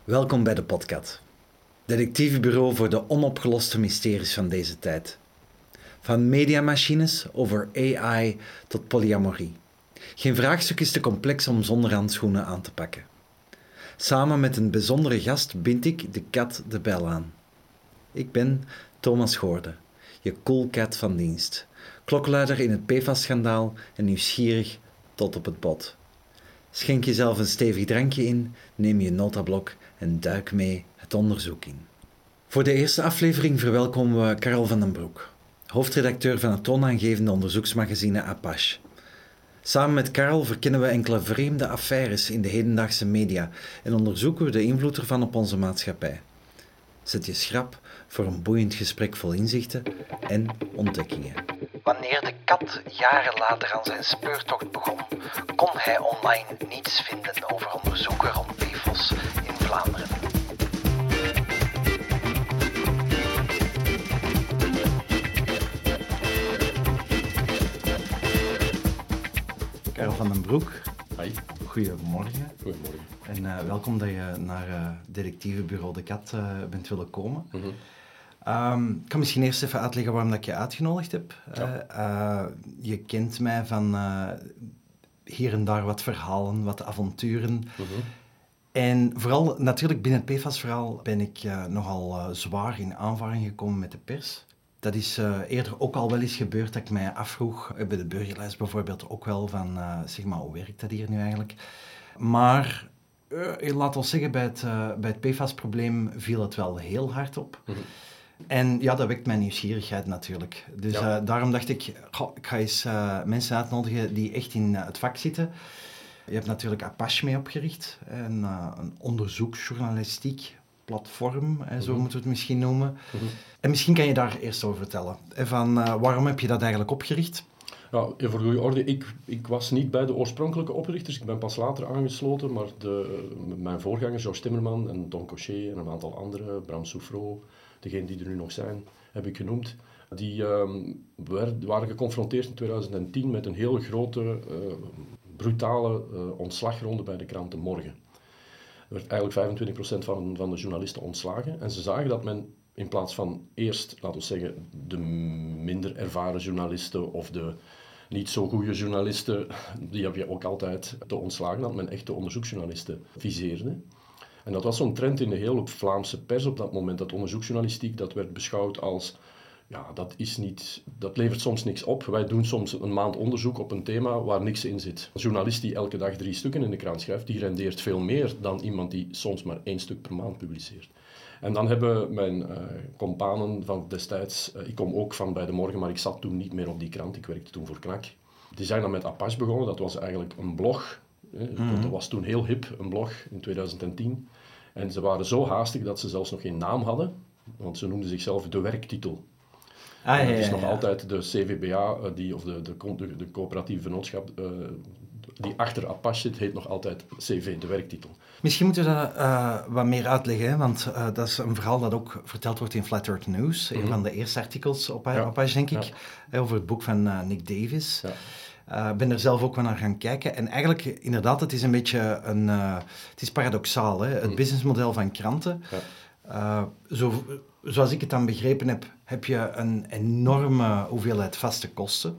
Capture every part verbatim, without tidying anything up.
Welkom bij de podcast. Detectivebureau voor de onopgeloste mysteries van deze tijd. Van mediamachines over A I tot polyamorie. Geen vraagstuk is te complex om zonder handschoenen aan te pakken. Samen met een bijzondere gast bind ik de kat de bel aan. Ik ben Thomas Goorde, je cool cat van dienst. Klokluider in het P F A S-schandaal en nieuwsgierig tot op het bot. Schenk jezelf een stevig drankje in, neem je notablok en duik mee het onderzoek in. Voor de eerste aflevering verwelkomen we Karel van den Broek, hoofdredacteur van het toonaangevende onderzoeksmagazine Apache. Samen met Karel verkennen we enkele vreemde affaires in de hedendaagse media en onderzoeken we de invloed ervan op onze maatschappij. Zet je schrap voor een boeiend gesprek vol inzichten en ontdekkingen. Wanneer de kat jaren later aan zijn speurtocht begon, kon hij online niets vinden over onderzoeken rond P F O S in Vlaanderen. Karel van den Broek. Hoi. Goedemorgen. Goedemorgen. En uh, welkom dat je naar uh, detectivebureau De Kat uh, bent willen komen. Mm-hmm. Um, ik kan misschien eerst even uitleggen waarom dat ik je uitgenodigd heb. Ja. Uh, uh, je kent mij van uh, hier en daar wat verhalen, wat avonturen. Mm-hmm. En vooral natuurlijk binnen het P F A S-verhaal ben ik uh, nogal uh, zwaar in aanvaring gekomen met de pers. Dat is uh, eerder ook al wel eens gebeurd dat ik mij afvroeg, uh, bij de burgerlijst bijvoorbeeld ook wel, van uh, zeg maar, hoe werkt dat hier nu eigenlijk? Maar uh, laat ons zeggen, bij het, uh, bij het P F A S-probleem viel het wel heel hard op. Mm-hmm. En ja, dat wekt mijn nieuwsgierigheid natuurlijk. Dus ja. uh, daarom dacht ik, goh, ik ga eens uh, mensen uitnodigen die echt in uh, het vak zitten. Je hebt natuurlijk Apache mee opgericht, een, uh, een onderzoeksjournalistiek platform, hè, zo mm-hmm. moeten we het misschien noemen. Mm-hmm. En misschien kan je daar eerst over vertellen. Van, uh, waarom heb je dat eigenlijk opgericht? Ja, voor goede orde, ik, ik was niet bij de oorspronkelijke oprichters. Ik ben pas later aangesloten, maar de, mijn voorgangers, Georges Timmerman en Don Cochet en een aantal anderen, Bram Souffreau, degenen die er nu nog zijn, heb ik genoemd. Die um, werd, waren geconfronteerd in twintig tien met een heel grote, uh, brutale uh, ontslagronde bij de krant De Morgen. Er werd eigenlijk vijfentwintig procent van, van de journalisten ontslagen en ze zagen dat men in plaats van eerst, laten we zeggen, de minder ervaren journalisten of de niet zo goede journalisten, die heb je ook altijd te ontslagen, dat men echt de onderzoeksjournalisten viseerde. En dat was zo'n trend in de hele Vlaamse pers op dat moment, dat onderzoeksjournalistiek, dat werd beschouwd als, ja, dat is niet, dat levert soms niks op. Wij doen soms een maand onderzoek op een thema waar niks in zit. Een journalist die elke dag drie stukken in de krant schrijft, die rendeert veel meer dan iemand die soms maar één stuk per maand publiceert. En dan hebben mijn uh, companen van destijds, uh, ik kom ook van bij De Morgen, maar ik zat toen niet meer op die krant, ik werkte toen voor Knak. Die zijn dan met Apache begonnen, dat was eigenlijk een blog. Eh, mm-hmm. Dat was toen heel hip, een blog in twintig tien. En ze waren zo haastig dat ze zelfs nog geen naam hadden, want ze noemden zichzelf De Werktitel. Ah, en dat ja, is nog ja. altijd de C V B A, uh, die, of de, de, de, de coöperatieve vennootschap, uh, die achter Apache zit, heet nog altijd C V, De Werktitel. Misschien moeten we dat uh, wat meer uitleggen, hè? Want uh, dat is een verhaal dat ook verteld wordt in Flat Earth News, mm-hmm. een van de eerste artikels op ja. Apache, denk ik, ja. over het boek van uh, Nick Davis. Ik ja. uh, ben er zelf ook wel naar gaan kijken. En eigenlijk, inderdaad, het is een beetje een... Uh, het is paradoxaal, hè? Het mm. businessmodel van kranten. Ja. Uh, zo, zoals ik het dan begrepen heb, heb je een enorme hoeveelheid vaste kosten.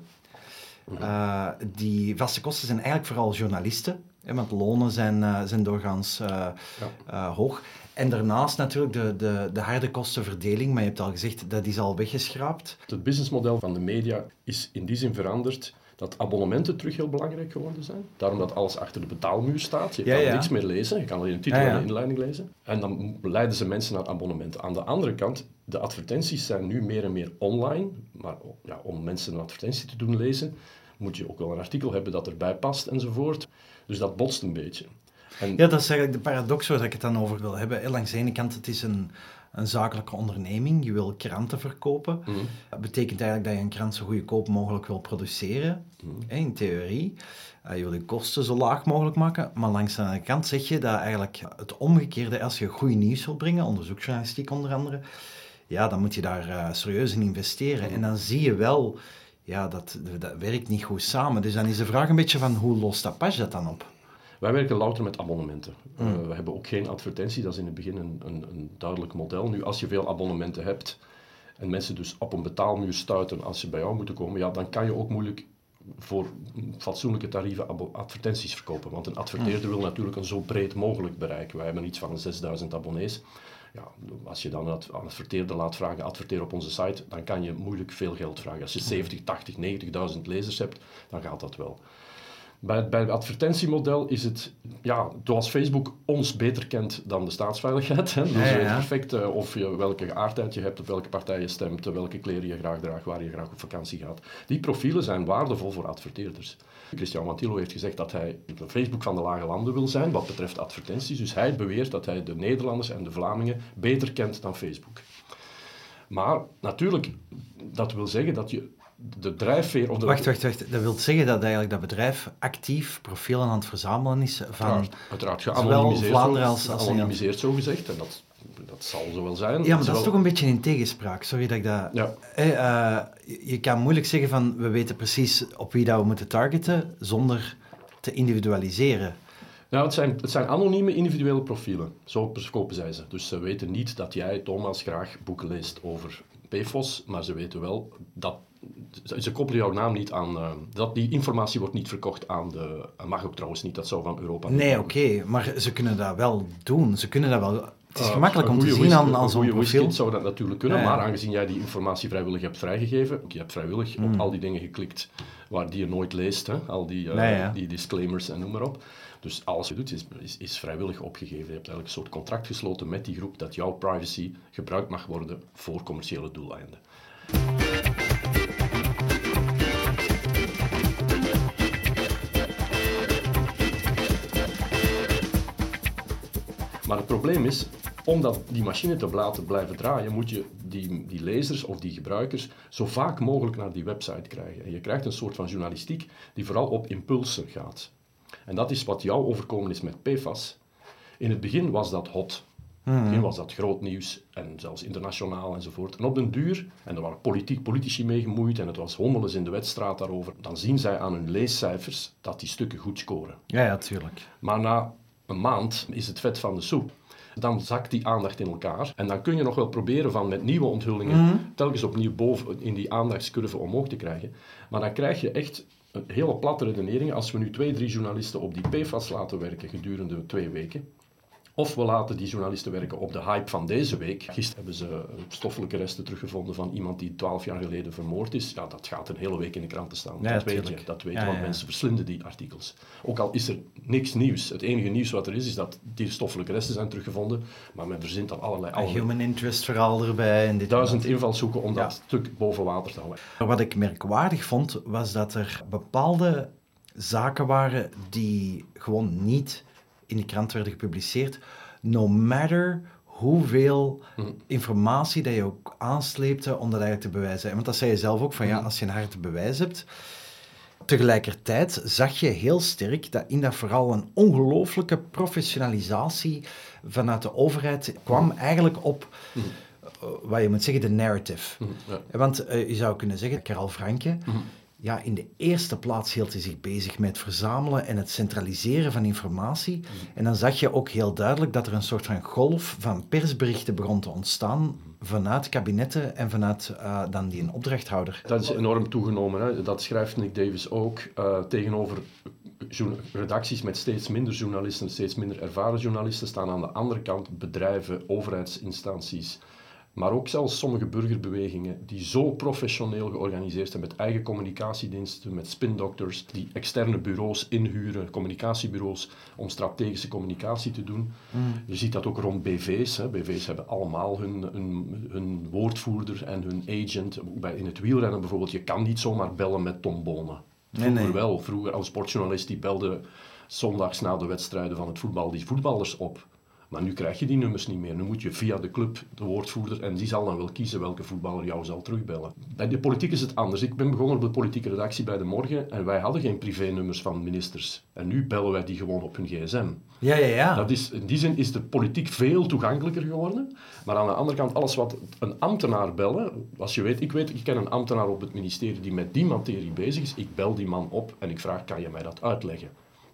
Uh, die vaste kosten zijn eigenlijk vooral journalisten, hè, want lonen zijn, uh, zijn doorgaans uh, ja. uh, hoog. En daarnaast natuurlijk de, de, de harde kostenverdeling, maar je hebt al gezegd, dat is al weggeschraapt. Het businessmodel van de media is in die zin veranderd dat abonnementen terug heel belangrijk geworden zijn. Daarom dat alles achter de betaalmuur staat. Je kan ja, ja. niks meer lezen, je kan alleen de titel ja, ja. en de inleiding lezen. En dan leiden ze mensen naar abonnementen. Aan de andere kant, de advertenties zijn nu meer en meer online. Maar ja, om mensen een advertentie te doen lezen, moet je ook wel een artikel hebben dat erbij past enzovoort. Dus dat botst een beetje. En ja, dat is eigenlijk de paradox waar ik het dan over wil hebben. Langs de ene kant, het is een, een zakelijke onderneming. Je wil kranten verkopen. Mm-hmm. Dat betekent eigenlijk dat je een krant zo goedkoop mogelijk wil produceren. Mm-hmm. In theorie. Uh, je wil je kosten zo laag mogelijk maken. Maar langs de andere kant zeg je dat eigenlijk het omgekeerde, als je goed nieuws wil brengen, onderzoeksjournalistiek onder andere, ja, dan moet je daar uh, serieus in investeren. Mm-hmm. En dan zie je wel, ja, dat, dat werkt niet goed samen. Dus dan is de vraag een beetje van, hoe lost Apache dat dan op? Wij werken louter met abonnementen. Mm. Uh, we hebben ook geen advertentie, dat is in het begin een, een, een duidelijk model. Nu, als je veel abonnementen hebt en mensen dus op een betaalmuur stuiten als ze bij jou moeten komen, ja, dan kan je ook moeilijk voor fatsoenlijke tarieven advertenties verkopen. Want een adverteerder wil natuurlijk een zo breed mogelijk bereik. Wij hebben iets van zesduizend abonnees. Ja, als je dan aan een adverteerder laat vragen, adverteer op onze site, dan kan je moeilijk veel geld vragen. Als je zeventig, tachtig, negentigduizend lezers hebt, dan gaat dat wel. Bij, bij het advertentiemodel is het, ja, zoals Facebook ons beter kent dan de staatsveiligheid. Hè? Dus ja, ja, ja. weet perfect uh, of je welke aardtijd je hebt, op welke partij je stemt, welke kleren je graag draagt, waar je graag op vakantie gaat. Die profielen zijn waardevol voor adverteerders. Christian Wantillo heeft gezegd dat hij de Facebook van de lage landen wil zijn, wat betreft advertenties. Dus hij beweert dat hij de Nederlanders en de Vlamingen beter kent dan Facebook. Maar natuurlijk, dat wil zeggen dat je de drijfveer... Of de... Wacht, wacht, wacht. Dat wil zeggen dat eigenlijk dat bedrijf actief profielen aan het verzamelen is van... Uiteraard, uiteraard geanonimiseerd, Vlaanderen zo, als, als geanonimiseerd zo gezegd. En dat, dat zal zo wel zijn. Ja, maar dat Zowel... is toch een beetje in tegenspraak. Sorry dat ik dat... Ja. Eh, uh, je kan moeilijk zeggen van, we weten precies op wie dat we moeten targeten, zonder te individualiseren. Nou, het zijn, het zijn anonieme individuele profielen. Zo verkopen zij ze. Dus ze weten niet dat jij, Thomas, graag boeken leest over P F O S, maar ze weten wel dat... Ze koppelen jouw naam niet aan... Uh, dat die informatie wordt niet verkocht aan de... Uh, mag ook trouwens niet, dat zou van Europa... Nee, oké, okay, maar ze kunnen dat wel doen. Ze kunnen dat wel... Het is uh, gemakkelijk om te zien aan, aan zo'n profiel. Een zou dat natuurlijk kunnen, ja, ja. maar aangezien jij die informatie vrijwillig hebt vrijgegeven, je hebt vrijwillig mm. op al die dingen geklikt waar die je nooit leest, hè, al die, uh, nee, ja. die disclaimers en noem maar op. Dus alles wat je doet is, is, is vrijwillig opgegeven. Je hebt eigenlijk een soort contract gesloten met die groep dat jouw privacy gebruikt mag worden voor commerciële doeleinden. Maar het probleem is, om dat, die machine te laten blijven draaien, moet je die, die lezers of die gebruikers zo vaak mogelijk naar die website krijgen. En je krijgt een soort van journalistiek die vooral op impulsen gaat. En dat is wat jou overkomen is met P F A S. In het begin was dat hot. In het begin was dat groot nieuws en zelfs internationaal enzovoort. En op den duur, en er waren politiek, politici mee gemoeid en het was hommeles in de wedstraat daarover, dan zien zij aan hun leescijfers dat die stukken goed scoren. Ja, ja, tuurlijk. Maar na een maand is het vet van de soep. Dan zakt die aandacht in elkaar. En dan kun je nog wel proberen van met nieuwe onthullingen mm-hmm. telkens opnieuw boven in die aandachtscurve omhoog te krijgen. Maar dan krijg je echt een hele platte redeneringen. Als we nu twee, drie journalisten op die P F A S laten werken gedurende twee weken. Of we laten die journalisten werken op de hype van deze week. Gisteren hebben ze stoffelijke resten teruggevonden van iemand die twaalf jaar geleden vermoord is. Ja, dat gaat een hele week in de kranten staan. Ja, dat weet je, dat weet je, ja, want ja. mensen verslinden die artikels. Ook al is er niks nieuws. Het enige nieuws wat er is, is dat die stoffelijke resten zijn teruggevonden. Maar men verzint dan allerlei... Een human interest verhaal erbij. En dit duizend invalshoeken om ja. dat stuk boven water te houden. Wat ik merkwaardig vond, was dat er bepaalde zaken waren die gewoon niet in de krant werden gepubliceerd, no matter hoeveel mm. informatie dat je ook aansleepte om dat eigenlijk te bewijzen. Want dat zei je zelf ook, van ja, als je een harde bewijs hebt. Tegelijkertijd zag je heel sterk dat in dat verhaal een ongelooflijke professionalisatie vanuit de overheid kwam eigenlijk op, mm. uh, wat je moet zeggen, de narrative. Mm, ja. Want uh, je zou kunnen zeggen, Karel Franke, mm. ja, in de eerste plaats hield hij zich bezig met het verzamelen en het centraliseren van informatie. Mm. En dan zag je ook heel duidelijk dat er een soort van golf van persberichten begon te ontstaan vanuit kabinetten en vanuit uh, dan die een opdrachthouder. Dat is enorm toegenomen. Hè? Dat schrijft Nick Davis ook uh, tegenover redacties met steeds minder journalisten, steeds minder ervaren journalisten, staan aan de andere kant bedrijven, overheidsinstanties, maar ook zelfs sommige burgerbewegingen die zo professioneel georganiseerd zijn met eigen communicatiediensten, met spindokters, die externe bureaus inhuren, communicatiebureaus, om strategische communicatie te doen. Mm. Je ziet dat ook rond B V's. Hè. B V's hebben allemaal hun, hun, hun woordvoerder en hun agent. Bij, in het wielrennen bijvoorbeeld, je kan niet zomaar bellen met Tom Bonen. Vroeger nee, nee. wel. Vroeger als sportjournalist die belde zondags na de wedstrijden van het voetbal die voetballers op. Maar nu krijg je die nummers niet meer. Nu moet je via de club, de woordvoerder, en die zal dan wel kiezen welke voetballer jou zal terugbellen. Bij de politiek is het anders. Ik ben begonnen op de politieke redactie bij De Morgen en wij hadden geen privé-nummers van ministers. En nu bellen wij die gewoon op hun gsm. Ja, ja, ja. Dat is, in die zin is de politiek veel toegankelijker geworden. Maar aan de andere kant, alles wat een ambtenaar bellen... Als je weet, ik weet, ik ken een ambtenaar op het ministerie die met die materie bezig is. Ik bel die man op en ik vraag, kan je mij dat uitleggen?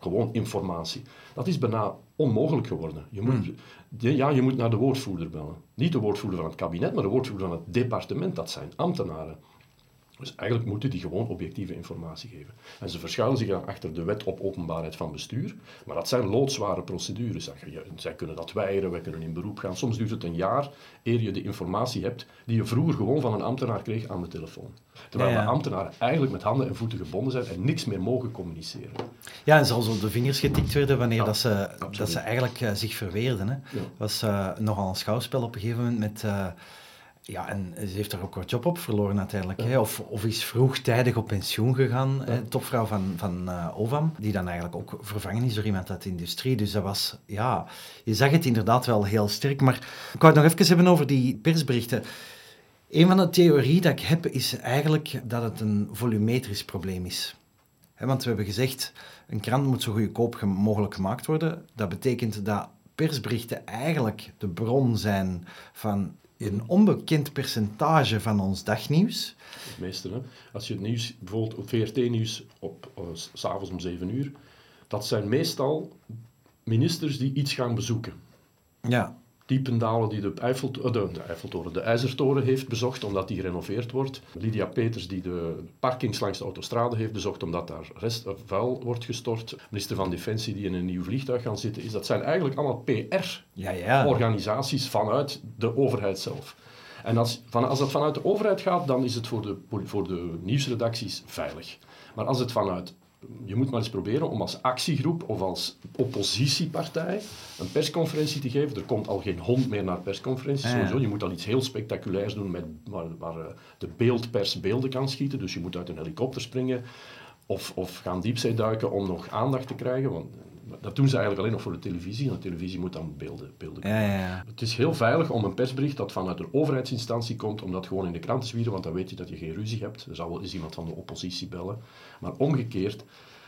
gewoon informatie. Dat is bijna onmogelijk geworden. Je moet, hmm. ja, je moet naar de woordvoerder bellen. Niet de woordvoerder van het kabinet, maar de woordvoerder van het departement. Dat zijn ambtenaren. Dus eigenlijk moeten die gewoon objectieve informatie geven. En ze verschuilen zich dan achter de wet op openbaarheid van bestuur. Maar dat zijn loodzware procedures. Zij kunnen dat weigeren, wij kunnen in beroep gaan. Soms duurt het een jaar eer je de informatie hebt die je vroeger gewoon van een ambtenaar kreeg aan de telefoon. Terwijl ja, ja. de ambtenaren eigenlijk met handen en voeten gebonden zijn en niks meer mogen communiceren. Ja, en zelfs op de vingers getikt werden wanneer ja, dat ze, dat ze eigenlijk uh, zich verweerden. Hè. Ja. was uh, nogal een schouwspel op een gegeven moment met... Uh, Ja, en ze heeft er ook wat job op verloren uiteindelijk. Ja. Hè? Of, of is vroegtijdig op pensioen gegaan. Ja. Hè? Topvrouw van, van uh, Ovam, die dan eigenlijk ook vervangen is door iemand uit de industrie. Dus dat was, ja, je zag het inderdaad wel heel sterk. Maar ik wou het nog even hebben over die persberichten. Een van de theorieën dat ik heb, is eigenlijk dat het een volumetrisch probleem is. Hè, want we hebben gezegd, een krant moet zo goedkoop mogelijk gemaakt worden. Dat betekent dat persberichten eigenlijk de bron zijn van... een onbekend percentage van ons dagnieuws. Het meeste, hè. Als je het nieuws, bijvoorbeeld op V R T-nieuws op uh, 's avonds om zeven uur, dat zijn meestal ministers die iets gaan bezoeken. Ja. Diependalen die de, Eiffel, uh, de, de Eiffeltoren, de IJzertoren heeft bezocht, omdat die gerenoveerd wordt. Lydia Peters die de parkings langs de autostrade heeft bezocht, omdat daar rest, uh, vuil wordt gestort. Minister van Defensie die in een nieuw vliegtuig gaan zitten. Is, dat zijn eigenlijk allemaal P R-organisaties ja, ja. vanuit de overheid zelf. En als, van, als dat vanuit de overheid gaat, dan is het voor de, voor de nieuwsredacties veilig. Maar als het vanuit... Je moet maar eens proberen om als actiegroep of als oppositiepartij een persconferentie te geven. Er komt al geen hond meer naar persconferenties. Ah, ja. Sowieso. Je moet al iets heel spectaculairs doen met, waar, waar de beeldpers beelden kan schieten. Dus je moet uit een helikopter springen of, of gaan diepzee duiken om nog aandacht te krijgen. Want dat doen ze eigenlijk alleen nog voor de televisie. En de televisie moet dan beelden, beelden ja, ja, ja. Het is heel veilig om een persbericht dat vanuit een overheidsinstantie komt, om dat gewoon in de krant te zwieren, want dan weet je dat je geen ruzie hebt. Er zal wel eens iemand van de oppositie bellen. Maar omgekeerd,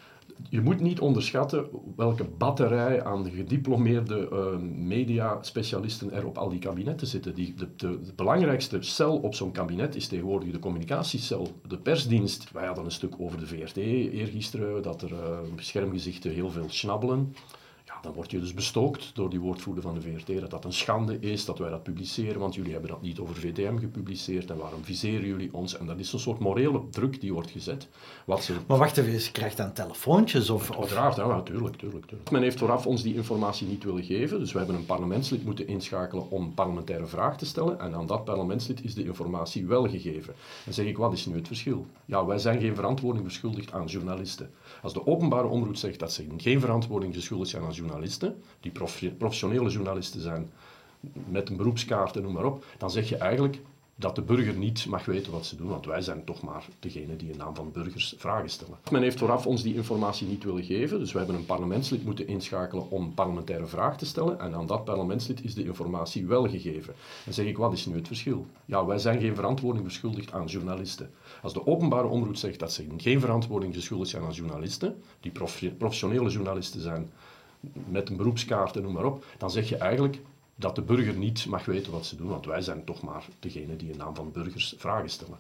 je moet niet onderschatten welke batterij aan de gediplomeerde uh, mediaspecialisten er op al die kabinetten zitten. Die, de, de, de belangrijkste cel op zo'n kabinet is tegenwoordig de communicatiecel, de persdienst. Wij hadden een stuk over de V R T eergisteren, dat er uh, schermgezichten heel veel snabbelen. Ja, dan word je dus bestookt door die woordvoerder van de V R T dat dat een schande is, dat wij dat publiceren, want jullie hebben dat niet over V T M gepubliceerd en waarom viseren jullie ons? En dat is een soort morele druk die wordt gezet. Wat ze... Maar wacht even, je krijgt dan telefoontjes? Of, of... Uiteraard, ja, natuurlijk, tuurlijk, tuurlijk. Men heeft vooraf ons die informatie niet willen geven, dus we hebben een parlementslid moeten inschakelen om een parlementaire vraag te stellen en aan dat parlementslid is de informatie wel gegeven. Dan zeg ik, wat is nu het verschil? Ja, wij zijn geen verantwoording verschuldigd aan journalisten. Als de openbare omroep zegt dat ze geen verantwoording verschuldigd zijn aan journalisten, die prof, professionele journalisten zijn, met een beroepskaart en noem maar op, dan zeg je eigenlijk dat de burger niet mag weten wat ze doen, want wij zijn toch maar degene die in naam van burgers vragen stellen. Men heeft vooraf ons die informatie niet willen geven, dus we hebben een parlementslid moeten inschakelen om een parlementaire vraag te stellen en aan dat parlementslid is de informatie wel gegeven. Dan zeg ik, wat is nu het verschil? Ja, wij zijn geen verantwoording verschuldigd aan journalisten. Als de openbare omroep zegt dat ze geen verantwoording verschuldigd zijn aan journalisten, die prof, professionele journalisten zijn, met een beroepskaart en noem maar op, dan zeg je eigenlijk dat de burger niet mag weten wat ze doen, want wij zijn toch maar degene die in naam van burgers vragen stellen.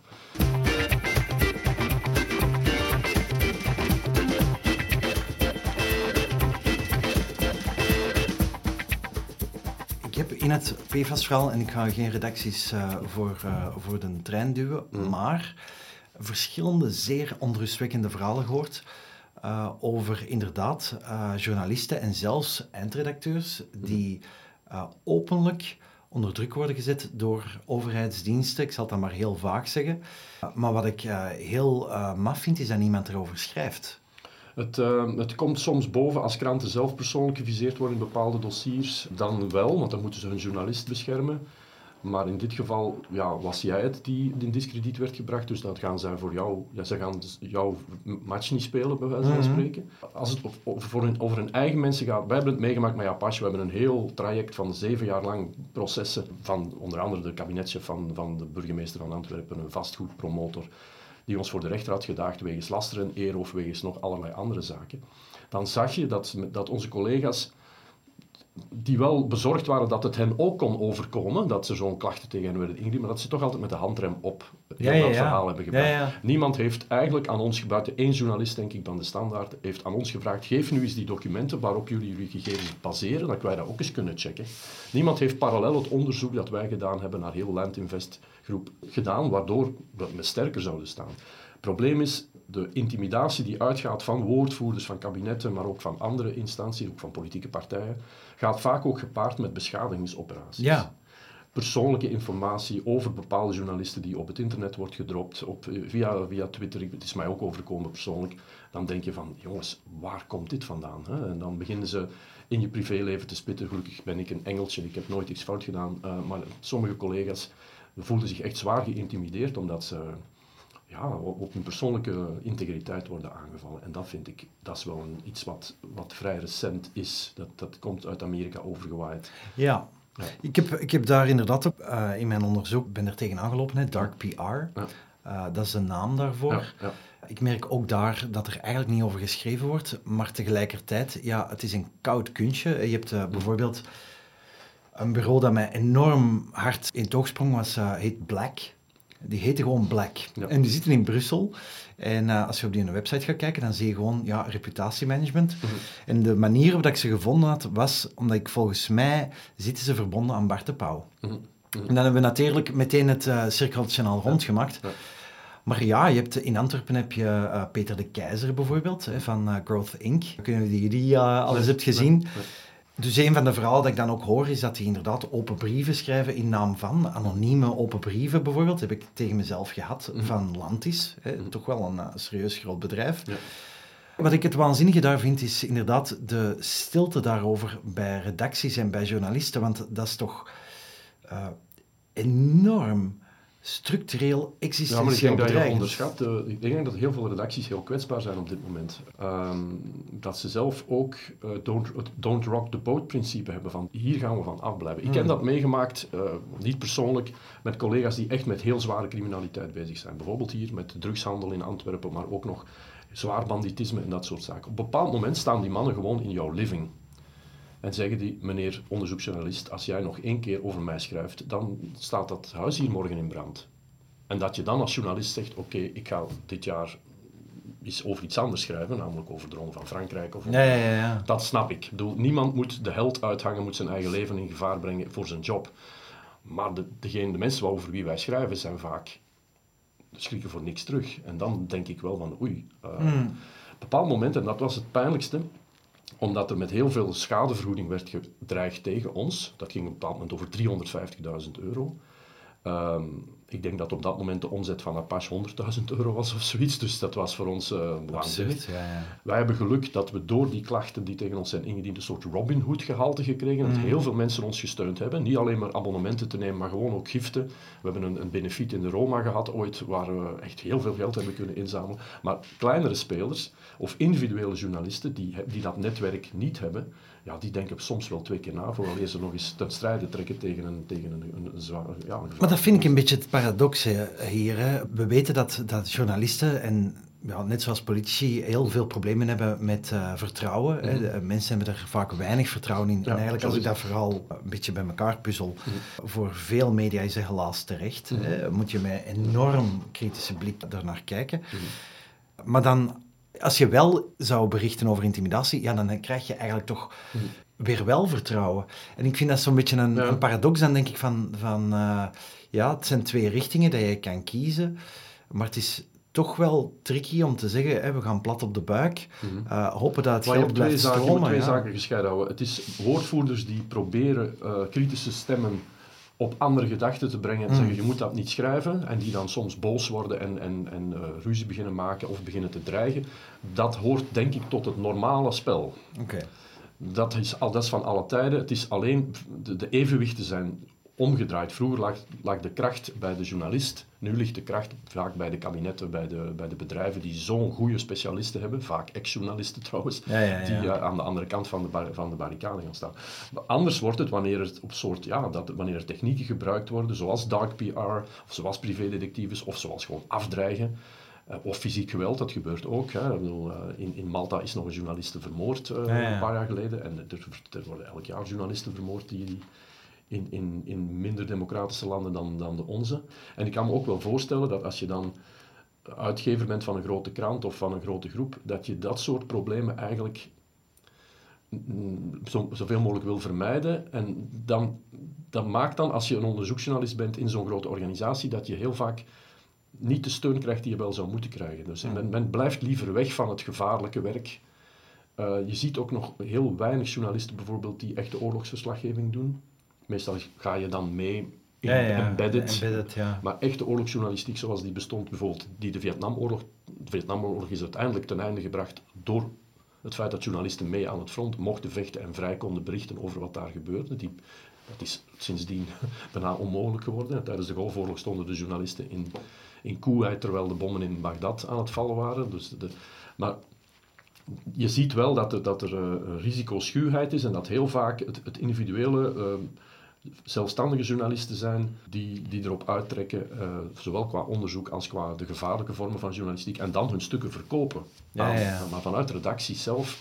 Ik heb in het P F A S-verhaal, en ik ga geen redacties uh, voor, uh, voor de trein duwen, mm. maar verschillende zeer onrustwekkende verhalen gehoord uh, over inderdaad uh, journalisten en zelfs eindredacteurs die uh, openlijk onder druk worden gezet door overheidsdiensten. Ik zal het dan maar heel vaag zeggen. Uh, maar wat ik uh, heel uh, maf vind, is dat niemand erover schrijft. Het, uh, het komt soms boven als kranten zelf persoonlijk geviseerd worden in bepaalde dossiers. Dan wel, want dan moeten ze hun journalist beschermen. Maar in dit geval ja, was jij het die in diskrediet werd gebracht, dus dat gaan zij voor jou, ja, zij gaan jouw match niet spelen, bij wijze van spreken. Als het over, voor hun, over hun eigen mensen gaat, wij hebben het meegemaakt met Apache, we hebben een heel traject van zeven jaar lang processen van onder andere de kabinetchef van, van de burgemeester van Antwerpen, een vastgoedpromotor, die ons voor de rechter had gedaagd wegens laster en eer of wegens nog allerlei andere zaken. Dan zag je dat, dat onze collega's die wel bezorgd waren dat het hen ook kon overkomen, dat ze zo'n klachten tegen hen werden ingediend, maar dat ze toch altijd met de handrem op heel ja, ja, dat ja. verhaal hebben gebracht. Ja, ja. Niemand heeft eigenlijk aan ons, buiten één journalist denk ik van de Standaard, heeft aan ons gevraagd, geef nu eens die documenten waarop jullie jullie gegevens baseren, dat wij dat ook eens kunnen checken. Niemand heeft parallel het onderzoek dat wij gedaan hebben naar heel Land Invest groep gedaan, waardoor we sterker zouden staan. Het probleem is de intimidatie die uitgaat van woordvoerders, van kabinetten, maar ook van andere instanties, ook van politieke partijen, gaat vaak ook gepaard met beschadigingsoperaties. Ja. Persoonlijke informatie over bepaalde journalisten die op het internet wordt gedropt, op, via, via Twitter, het is mij ook overkomen persoonlijk, dan denk je van, jongens, waar komt dit vandaan? Hè? En dan beginnen ze in je privéleven te spitten. Gelukkig ben ik een engeltje, ik heb nooit iets fout gedaan, uh, maar sommige collega's voelden zich echt zwaar geïntimideerd, omdat ze ja, op hun persoonlijke integriteit worden aangevallen. En dat vind ik, dat is wel een, iets wat, wat vrij recent is. Dat, dat komt uit Amerika overgewaaid. Ja. Ja. Ik, heb, ik heb daar inderdaad op, uh, in mijn onderzoek, ben er tegenaan gelopen, hè, dark P R. Ja. Uh, dat is een naam daarvoor. Ja, ja. Ik merk ook daar dat er eigenlijk niet over geschreven wordt, maar tegelijkertijd, ja, het is een koud kunstje. Je hebt uh, bijvoorbeeld een bureau dat mij enorm hard in het oog sprong, was, uh, heet Black. Die heette gewoon Black. Ja. En die zitten in Brussel. En uh, als je op die website gaat kijken, dan zie je gewoon ja, reputatiemanagement. Mm-hmm. En de manier waarop ik ze gevonden had, was omdat ik volgens mij zitten ze verbonden aan Bart de Pauw. Mm-hmm. Mm-hmm. En dan hebben we natuurlijk meteen het uh, cirkeltje al rondgemaakt. Ja. Ja. Maar ja, je hebt, in Antwerpen heb je uh, Peter de Keizer bijvoorbeeld, hè, van uh, Growth incorporated. Ik weet niet of je die uh, al eens hebt gezien. Nee. Nee. Dus een van de verhalen dat ik dan ook hoor, is dat die inderdaad open brieven schrijven in naam van, anonieme open brieven bijvoorbeeld, heb ik tegen mezelf gehad, mm-hmm. van Lantis, hè, mm-hmm. toch wel een uh, serieus groot bedrijf. Ja. Wat ik het waanzinnige daar vind, is inderdaad de stilte daarover bij redacties en bij journalisten, want dat is toch uh, enorm structureel existentieel ja, maar ik denk bedreigend. Dat je onderschat, uh, ik denk dat heel veel redacties heel kwetsbaar zijn op dit moment. Um, dat ze zelf ook uh, don't, don't rock the boat principe hebben van hier gaan we van afblijven. Ik hmm. heb dat meegemaakt, uh, niet persoonlijk, met collega's die echt met heel zware criminaliteit bezig zijn. Bijvoorbeeld hier met drugshandel in Antwerpen, maar ook nog zwaar banditisme en dat soort zaken. Op een bepaald moment staan die mannen gewoon in jouw living. En zeggen die, meneer onderzoeksjournalist, als jij nog één keer over mij schrijft, dan staat dat huis hier morgen in brand. En dat je dan als journalist zegt, oké, okay, ik ga dit jaar eens over iets anders schrijven, namelijk over de Ronde van Frankrijk. Of ja, ja, ja, ja. Dat snap ik. ik bedoel, niemand moet de held uithangen, moet zijn eigen leven in gevaar brengen voor zijn job. Maar de, degene, de mensen over wie wij schrijven zijn vaak schrikken voor niks terug. En dan denk ik wel van, oei. Uh, mm. Op een bepaald moment, en dat was het pijnlijkste, omdat er met heel veel schadevergoeding werd gedreigd tegen ons. Dat ging op een bepaald moment over driehonderdvijftigduizend euro. Um, ik denk dat op dat moment de omzet van Apache honderdduizend euro was of zoiets. Dus dat was voor ons uh, waanzinnig. Ja, ja. Wij hebben geluk dat we door die klachten die tegen ons zijn ingediend een soort Robin Hood gehalte gekregen. Mm. Dat heel veel mensen ons gesteund hebben. Niet alleen maar abonnementen te nemen, maar gewoon ook giften. We hebben een, een benefiet in de Roma gehad ooit, waar we echt heel veel geld hebben kunnen inzamelen. Maar kleinere spelers of individuele journalisten die, die dat netwerk niet hebben, ja, die denken soms wel twee keer na voordat ze nog eens ten strijde trekken tegen een, tegen een, een, een zware... Ja, een maar dat vind ik een beetje het paradox hier. Hè. We weten dat, dat journalisten en ja, net zoals politici heel veel problemen hebben met uh, vertrouwen. Mm-hmm. Hè. Mensen hebben er vaak weinig vertrouwen in. Ja, en eigenlijk als ik dat vooral een beetje bij elkaar puzzel, mm-hmm. voor veel media is dat helaas terecht. Mm-hmm. Hè. Moet je met enorm kritische blik ernaar kijken. Mm-hmm. Maar dan... Als je wel zou berichten over intimidatie, ja, dan krijg je eigenlijk toch mm. weer wel vertrouwen. En ik vind dat zo'n beetje een, ja. een paradox. Dan denk ik van, van uh, ja, het zijn twee richtingen dat je kan kiezen. Maar het is toch wel tricky om te zeggen, hè, we gaan plat op de buik. Mm. Uh, hopen dat het maar geld blijft zaken, stromen. Je moet twee ja. zaken gescheiden houden. Het is woordvoerders die proberen uh, kritische stemmen op andere gedachten te brengen en mm. zeggen, je moet dat niet schrijven, en die dan soms boos worden en, en, en uh, ruzie beginnen maken of beginnen te dreigen. Dat hoort, denk ik, tot het normale spel. Okay. Dat is, dat is van alle tijden. Het is alleen, de, de evenwichten zijn omgedraaid. Vroeger lag, lag de kracht bij de journalist, nu ligt de kracht vaak bij de kabinetten, bij de, bij de bedrijven die zo'n goede specialisten hebben, vaak ex-journalisten trouwens, ja, ja, ja. die uh, aan de andere kant van de, bar, van de barricade gaan staan. Maar anders wordt het wanneer er op soort, ja, dat, wanneer er technieken gebruikt worden, zoals dark P R, of zoals privédetectives, of zoals gewoon afdreigen. Uh, of fysiek geweld, dat gebeurt ook. Hè. Ik bedoel, uh, in, in Malta is nog een journaliste vermoord uh, ja, ja. een paar jaar geleden. En er, er worden elk jaar journalisten vermoord die in, in, in minder democratische landen dan, dan de onze. En ik kan me ook wel voorstellen dat als je dan uitgever bent van een grote krant of van een grote groep, dat je dat soort problemen eigenlijk zo, zoveel mogelijk wil vermijden. En dan, dat maakt dan, als je een onderzoeksjournalist bent in zo'n grote organisatie, dat je heel vaak niet de steun krijgt die je wel zou moeten krijgen. Dus men, men blijft liever weg van het gevaarlijke werk. Uh, je ziet ook nog heel weinig journalisten bijvoorbeeld die echte oorlogsverslaggeving doen. Meestal ga je dan mee in ja, ja, embedded. embedded ja. Maar echte oorlogsjournalistiek zoals die bestond, bijvoorbeeld die de Vietnamoorlog... De Vietnamoorlog is uiteindelijk ten einde gebracht door het feit dat journalisten mee aan het front mochten vechten en vrij konden berichten over wat daar gebeurde. Die, dat is sindsdien bijna onmogelijk geworden. Tijdens de Golfoorlog stonden de journalisten in, in Koeweit terwijl de bommen in Bagdad aan het vallen waren. Dus de, maar je ziet wel dat er, dat er uh, risicoschuwheid is en dat heel vaak het, het individuele... Uh, zelfstandige journalisten zijn die, die erop uittrekken, uh, zowel qua onderzoek als qua de gevaarlijke vormen van journalistiek, en dan hun stukken verkopen. Ja, ja, ja. Maar vanuit redacties zelf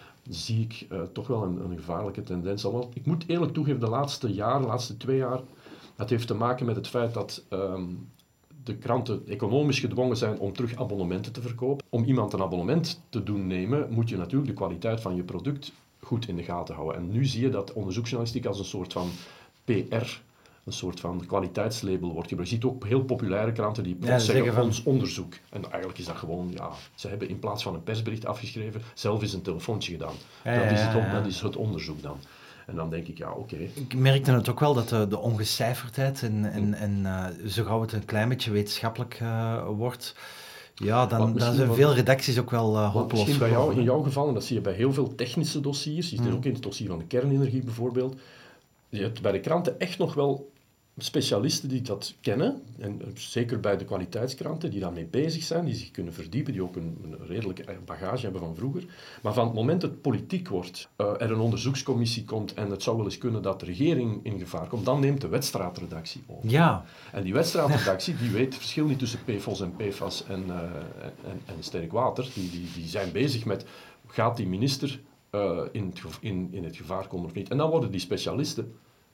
zie ik uh, toch wel een, een gevaarlijke tendens. Want ik moet eerlijk toegeven, de laatste jaren, de laatste twee jaar, dat heeft te maken met het feit dat um, de kranten economisch gedwongen zijn om terug abonnementen te verkopen. Om iemand een abonnement te doen nemen, moet je natuurlijk de kwaliteit van je product goed in de gaten houden. En nu zie je dat onderzoeksjournalistiek als een soort van P R, een soort van kwaliteitslabel wordt gebruikt. Je ziet ook heel populaire kranten die ja, zeggen van ons onderzoek. En eigenlijk is dat gewoon, ja, ze hebben in plaats van een persbericht afgeschreven, zelf eens een telefoontje gedaan. Ja, dat, ja, is het, ja, ja. dat is het onderzoek dan. En dan denk ik, ja, oké. Okay. Ik merkte het ook wel, dat de, de ongecijferdheid en, en, en uh, zo gauw het een klein beetje wetenschappelijk uh, wordt, ja, dan, dan zijn veel redacties ook wel uh, hopeloos. Misschien bij jou, in jouw geval, en dat zie je bij heel veel technische dossiers, je ziet het ook in het dossier van de kernenergie bijvoorbeeld, je hebt bij de kranten echt nog wel specialisten die dat kennen, en zeker bij de kwaliteitskranten, die daarmee bezig zijn, die zich kunnen verdiepen, die ook een, een redelijke bagage hebben van vroeger. Maar van het moment dat het politiek wordt, uh, er een onderzoekscommissie komt en het zou wel eens kunnen dat de regering in gevaar komt, dan neemt de wedstraatredactie over. Ja. En die wedstraatredactie, die weet het verschil niet tussen P F O S en P F A S en, uh, en, en sterk water. Die, die, die zijn bezig met, gaat die minister uh, in, het gev- in, in het gevaar komen of niet? En dan worden die specialisten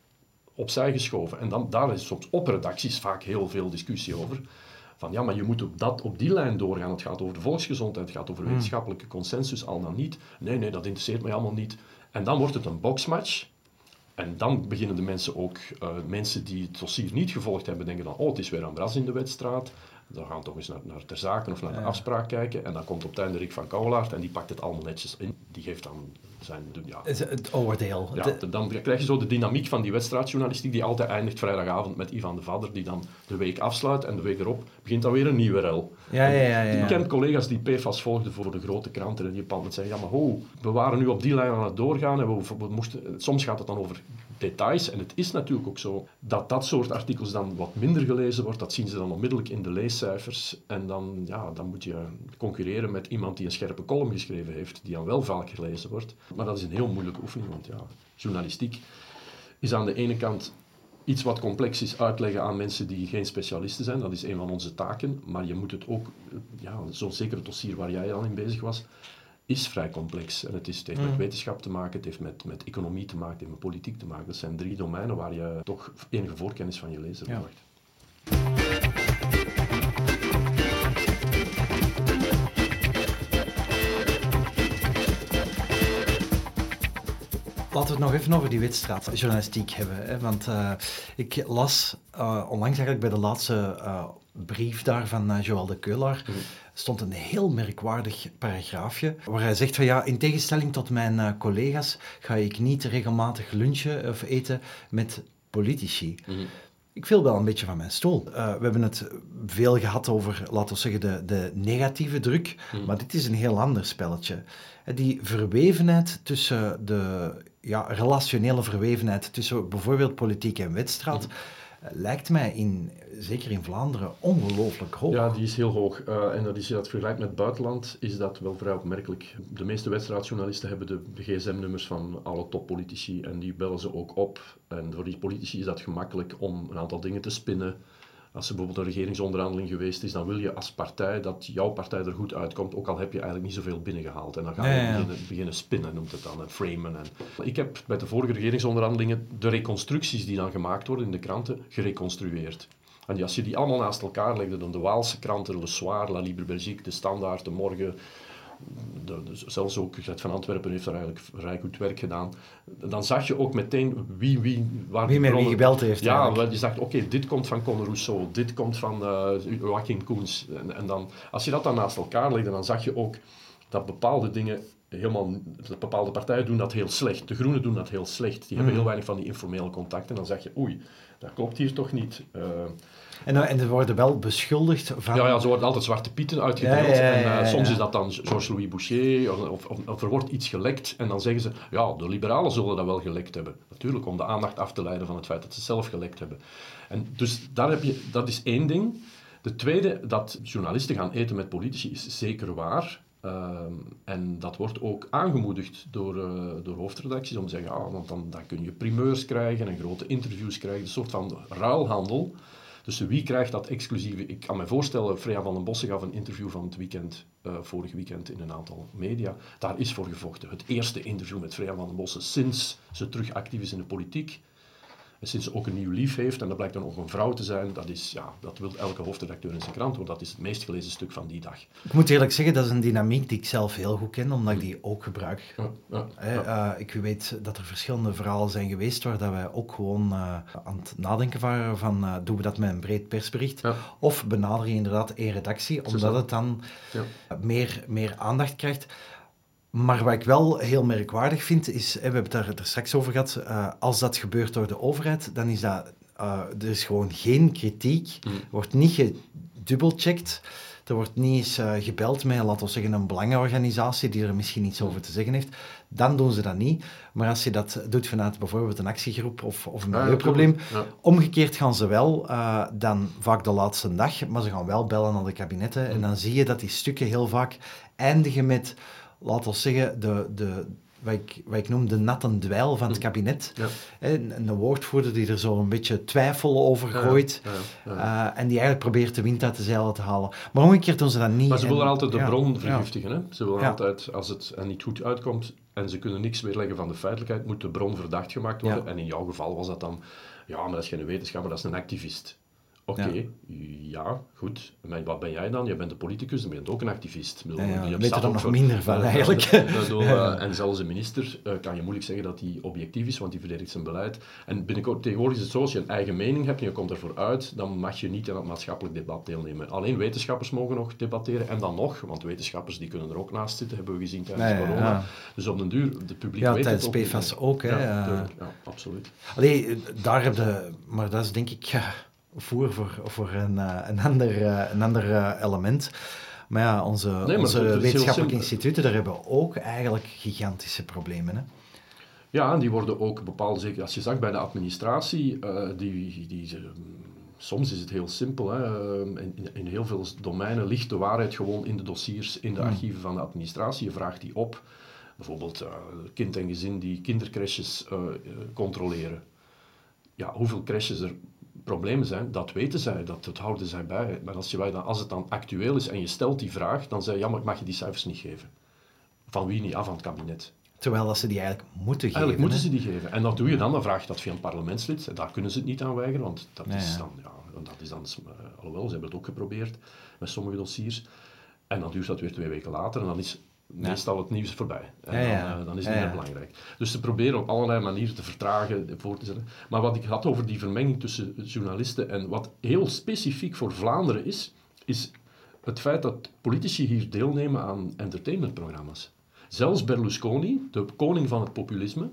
opzij geschoven. En dan, daar is soms op redacties vaak heel veel discussie over. Van ja, maar je moet op, dat, op die lijn doorgaan. Het gaat over de volksgezondheid, het gaat over wetenschappelijke consensus, al dan niet. Nee, nee, dat interesseert mij allemaal niet. En dan wordt het een boxmatch. En dan beginnen de mensen ook, uh, mensen die het dossier niet gevolgd hebben, denken dan, oh, het is weer een bras in de wedstrijd. Dan gaan we toch eens naar, naar ter zaken of naar de afspraak kijken. En dan komt op het einde Rick van Kouwelaert en die pakt het allemaal netjes in. Die geeft dan zijn... Ja, het oordeel. Ja, de, dan krijg je zo de dynamiek van die wedstrijdjournalistiek die altijd eindigt vrijdagavond met Ivan de Vadder, die dan de week afsluit en de week erop begint dan weer een nieuwe rel. Ja, ja, ja, ja, ja. Ik ken collega's die P F A S volgden voor de grote kranten en die op een bepaald moment zeggen, ja maar ho, we waren nu op die lijn aan het doorgaan en we, we moesten... Soms gaat het dan over details en het is natuurlijk ook zo dat dat soort artikels dan wat minder gelezen wordt, dat zien ze dan onmiddellijk in de leescijfers en dan, ja, dan moet je concurreren met iemand die een scherpe column geschreven heeft, die dan wel vaak gelezen wordt. Maar dat is een heel moeilijke oefening, want ja, journalistiek is aan de ene kant iets wat complex is uitleggen aan mensen die geen specialisten zijn, dat is een van onze taken, maar je moet het ook, ja, zo'n zeker het dossier waar jij al in bezig was, is vrij complex. En het, is, het heeft met wetenschap te maken, het heeft met, met economie te maken, het heeft met politiek te maken. Dat zijn drie domeinen waar je toch enige voorkennis van je lezer verwacht. Ja. Laten we het nog even over die wedstraatjournalistiek hebben. Hè? Want uh, ik las uh, onlangs eigenlijk bij de laatste uh, brief daar van uh, Joël de Keulaar, mm. stond een heel merkwaardig paragraafje waar hij zegt van ja, in tegenstelling tot mijn uh, collega's ga ik niet regelmatig lunchen of eten met politici. Mm. Ik viel wel een beetje van mijn stoel. Uh, we hebben het veel gehad over, laten we zeggen, de, de negatieve druk, mm. maar dit is een heel ander spelletje. Die verwevenheid tussen de ja, relationele verwevenheid tussen bijvoorbeeld politiek en wedstrijd, mm. lijkt mij, in, zeker in Vlaanderen, ongelooflijk hoog. Ja, die is heel hoog. Uh, en dat is, als je dat vergelijkt met het buitenland, is dat wel vrij opmerkelijk. De meeste wedstrijdjournalisten hebben de, de gsm-nummers van alle toppolitici en die bellen ze ook op. En voor die politici is dat gemakkelijk om een aantal dingen te spinnen, Als er bijvoorbeeld een regeringsonderhandeling geweest is, dan wil je als partij dat jouw partij er goed uitkomt, ook al heb je eigenlijk niet zoveel binnengehaald. En dan ga je ja, ja. beginnen, beginnen spinnen, noemt het dan, en framen. En... Ik heb bij de vorige regeringsonderhandelingen de reconstructies die dan gemaakt worden in de kranten gereconstrueerd. En als je die allemaal naast elkaar legde, dan de Waalse kranten, Le Soir, La Libre Belgique, De Standaard, De Morgen, de, de, zelfs ook Gert van Antwerpen heeft daar eigenlijk vrij goed werk gedaan. Dan zag je ook meteen wie, wie, waar wie met wie gebeld heeft. Ja, eigenlijk. je zag, oké, okay, dit komt van Conor Rousseau, dit komt van uh, Joachim Koens. En, en dan, als je dat dan naast elkaar legde, dan zag je ook dat bepaalde dingen helemaal, dat bepaalde partijen doen dat heel slecht. De Groenen doen dat heel slecht. Die mm. hebben heel weinig van die informele contacten. En dan zeg je, oei, dat klopt hier toch niet. Uh, En, en ze worden wel beschuldigd van... Ja, ja, ze worden altijd zwarte pieten uitgedeeld. Ja, ja, ja, ja, ja. En uh, soms is dat dan Georges-Louis Boucher, of, of, of, of er wordt iets gelekt. En dan zeggen ze, ja, de liberalen zullen dat wel gelekt hebben. Natuurlijk, om de aandacht af te leiden van het feit dat ze zelf gelekt hebben. En dus daar heb je, dat is één ding. De tweede, dat journalisten gaan eten met politici, is zeker waar. Uh, en dat wordt ook aangemoedigd door, uh, door hoofdredacties om te zeggen, ah, want dan, dan kun je primeurs krijgen en grote interviews krijgen. Een soort van ruilhandel. Dus wie krijgt dat exclusieve? Ik kan me voorstellen, Freya van den Bossen gaf een interview van het weekend, uh, vorig weekend in een aantal media. Daar is voor gevochten. Het eerste interview met Freya van den Bossen sinds ze terug actief is in de politiek. En sinds ze ook een nieuw lief heeft, en dat blijkt dan ook een vrouw te zijn, dat, is, ja, dat wil elke hoofdredacteur in zijn krant, want dat is het meest gelezen stuk van die dag. Ik moet eerlijk zeggen, dat is een dynamiek die ik zelf heel goed ken, omdat ik die ook gebruik. Ja, ja, He, ja. Uh, ik weet dat er verschillende verhalen zijn geweest waar dat wij ook gewoon uh, aan het nadenken waren van, uh, doen we dat met een breed persbericht? Ja. Of benaderen je inderdaad één redactie, omdat het dan ja. meer, meer aandacht krijgt. Maar wat ik wel heel merkwaardig vind, is, hè, we hebben het daar er straks over gehad, uh, als dat gebeurt door de overheid, dan is dat, uh, er is gewoon geen kritiek, mm. wordt niet gedubbelcheckt, er wordt niet eens uh, gebeld met, laten we zeggen, een belangenorganisatie die er misschien iets over te zeggen heeft, dan doen ze dat niet. Maar als je dat doet vanuit bijvoorbeeld een actiegroep of, of een milieuprobleem, ja, ja. omgekeerd gaan ze wel, uh, dan vaak de laatste dag, maar ze gaan wel bellen naar de kabinetten mm. en dan zie je dat die stukken heel vaak eindigen met... Laten we zeggen, de, de, wat, ik, wat ik noem de natte dweil van het kabinet. Ja. Een, een woordvoerder die er zo een beetje twijfel over gooit. Ja, ja, ja. Uh, en die eigenlijk probeert de wind uit de zeilen te halen. Maar omgekeerd doen ze dat niet. Maar ze willen en, altijd de ja, bron vergiftigen. Ja. Hè? Ze willen ja. altijd, als het er niet goed uitkomt en ze kunnen niks weerleggen van de feitelijkheid, moet de bron verdacht gemaakt worden. Ja. En in jouw geval was dat dan, ja, maar dat is geen wetenschapper, dat is een activist. Oké, okay, ja. ja, goed. Maar wat ben jij dan? Je bent een politicus, dan ben je ook een activist. Ja, ja. Je weet er dan nog voor, minder van, uh, eigenlijk. Uh, uh, uh, en zelfs een minister uh, kan je moeilijk zeggen dat hij objectief is, want die verdedigt zijn beleid. En binnenkort, tegenwoordig is het zo, als je een eigen mening hebt en je komt ervoor uit, dan mag je niet aan het maatschappelijk debat deelnemen. Alleen wetenschappers mogen nog debatteren, en dan nog, want wetenschappers die kunnen er ook naast zitten, hebben we gezien tijdens ja, corona. Ja. Dus op den duur, het publiek ja, weet het ook. Ja, tijdens P F A S ook. Hè. Ja, uh, ja, absoluut. Allee, daar heb je, maar dat is denk ik... Ja, voer voor, voor een, uh, een ander, uh, een ander uh, element. Maar ja, onze, nee, onze wetenschappelijke instituten, daar hebben we ook eigenlijk gigantische problemen. Hè? Ja, en die worden ook bepaald, zeker als je zag bij de administratie, uh, die, die, uh, soms is het heel simpel. Hè? Uh, in, in heel veel domeinen ligt de waarheid gewoon in de dossiers, in de hmm. archieven van de administratie. Je vraagt die op. Bijvoorbeeld uh, kind en gezin die kindercrèches uh, uh, controleren. Ja, hoeveel crèches er problemen zijn, dat weten zij, dat, dat houden zij bij. Maar als, je, als het dan actueel is en je stelt die vraag, dan zeg je, ja, maar mag je die cijfers niet geven. Van wie niet? Af, van het kabinet. Terwijl dat ze die eigenlijk moeten geven. Eigenlijk moeten hè? ze die geven. En dat doe je dan, dan vraag je dat via een parlementslid. En daar kunnen ze het niet aan weigeren, want dat, ja, is, ja. Dan, ja, dat is dan... Uh, alhoewel, ze hebben het ook geprobeerd met sommige dossiers. En dan duurt dat weer twee weken later en dan is... Ja. Meestal het nieuws voorbij. En ja, ja. Dan, uh, dan is het ja, niet meer ja. belangrijk. Dus ze proberen op allerlei manieren te vertragen, voor te zetten. Maar wat ik had over die vermenging tussen journalisten en wat heel specifiek voor Vlaanderen is, is het feit dat politici hier deelnemen aan entertainmentprogramma's. Zelfs Berlusconi, de koning van het populisme,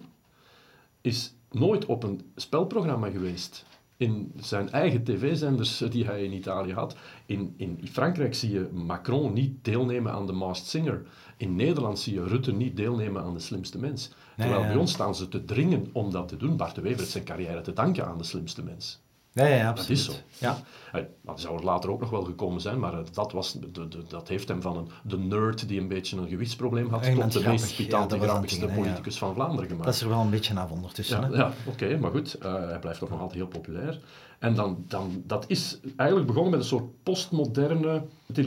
is nooit op een spelprogramma geweest. In zijn eigen tv-zenders die hij in Italië had. In, in Frankrijk zie je Macron niet deelnemen aan The Masked Singer. In Nederland zie je Rutte niet deelnemen aan De Slimste Mens. Terwijl nee, ja. bij ons staan ze te dringen om dat te doen. Bart de Wever heeft zijn carrière te danken aan De Slimste Mens. Ja, ja, absoluut. Dat is zo. Ja. Uh, dat zou er later ook nog wel gekomen zijn, maar uh, dat, was, de, de, dat heeft hem van een, de nerd die een beetje een gewichtsprobleem had, En tot de grappig. meest pitante, Ja, grappigste dingen, politicus ja. van Vlaanderen gemaakt. Dat is er wel een beetje af ondertussen. Ja, hè? ja oké, okay, maar goed, uh, hij blijft toch nog altijd heel populair. En dan, dan, dat is eigenlijk begonnen met een soort postmoderne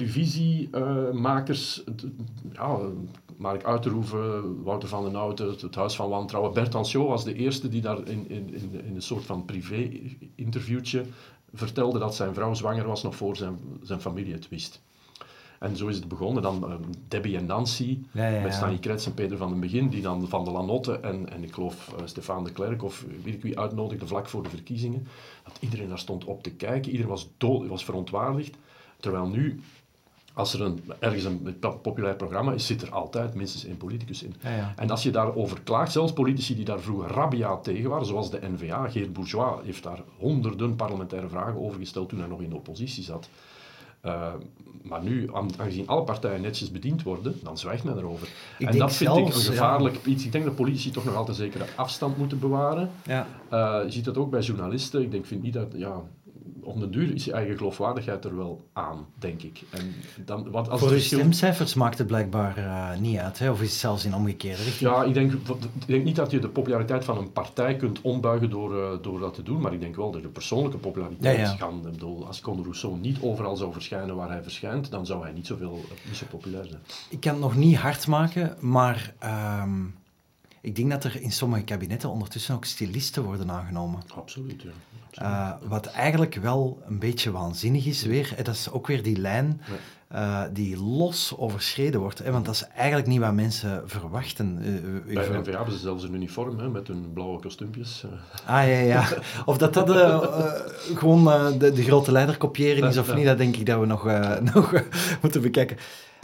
televisiemakers. Uh, ja, Mark Uiterhoeven, Wouter van den Houten, het, het Huis van Wantrouwen. Bert Anciot was de eerste die daar in, in, in, in een soort van privé-interviewtje vertelde dat zijn vrouw zwanger was nog voor zijn, zijn familie het wist. En zo is het begonnen. Dan uh, Debbie en Nancy, ja, ja, ja. met Stanley Kretz en Peter van den Begin, die dan Van de Lanotte en, en ik geloof uh, Stefaan de Klerk of weet ik wie uitnodigde vlak voor de verkiezingen. Dat iedereen daar stond op te kijken. Iedereen was dood, was verontwaardigd. Terwijl nu, als er een, ergens een populair programma is, zit er altijd minstens één politicus in. Ja, ja. En als je daarover klaagt, zelfs politici die daar vroeger rabiaat tegen waren, zoals de N V A, Geert Bourgeois heeft daar honderden parlementaire vragen over gesteld toen hij nog in de oppositie zat. Uh, maar nu, aangezien alle partijen netjes bediend worden, dan zwijgt men erover. Ik en dat vind zelfs, ik een gevaarlijk ja. iets. Ik denk dat politici toch nog altijd zekere afstand moeten bewaren. Ja. Uh, je ziet dat ook bij journalisten. Ik denk, vind niet dat... Ja, op den duur is je eigen geloofwaardigheid er wel aan, denk ik. En dan, wat als Voor uw verschil... stemcijfers maakt het blijkbaar uh, niet uit, hè? Of is het zelfs in omgekeerde richting? Ja, ik denk, ik denk niet dat je de populariteit van een partij kunt ombuigen door, uh, door dat te doen, maar ik denk wel dat de persoonlijke populariteit ja, ja. kan. Ik bedoel, als Conor Rousseau niet overal zou verschijnen waar hij verschijnt, dan zou hij niet, zoveel, niet zo populair zijn. Ik kan het nog niet hard maken, maar... Um... Ik denk dat er in sommige kabinetten ondertussen ook stylisten worden aangenomen. Absoluut, ja. Absoluut. Uh, wat eigenlijk wel een beetje waanzinnig is weer. Dat is ook weer die lijn uh, die los overschreden wordt. Hè, want dat is eigenlijk niet wat mensen verwachten. Uh, Bij de N V A hebben ze zelfs een uniform hè, met hun blauwe kostuumpjes. Ah ja, ja. Of dat dat uh, uh, gewoon uh, de, de grote leider kopiëren is of ja. niet, dat denk ik dat we nog, uh, nog uh, moeten bekijken.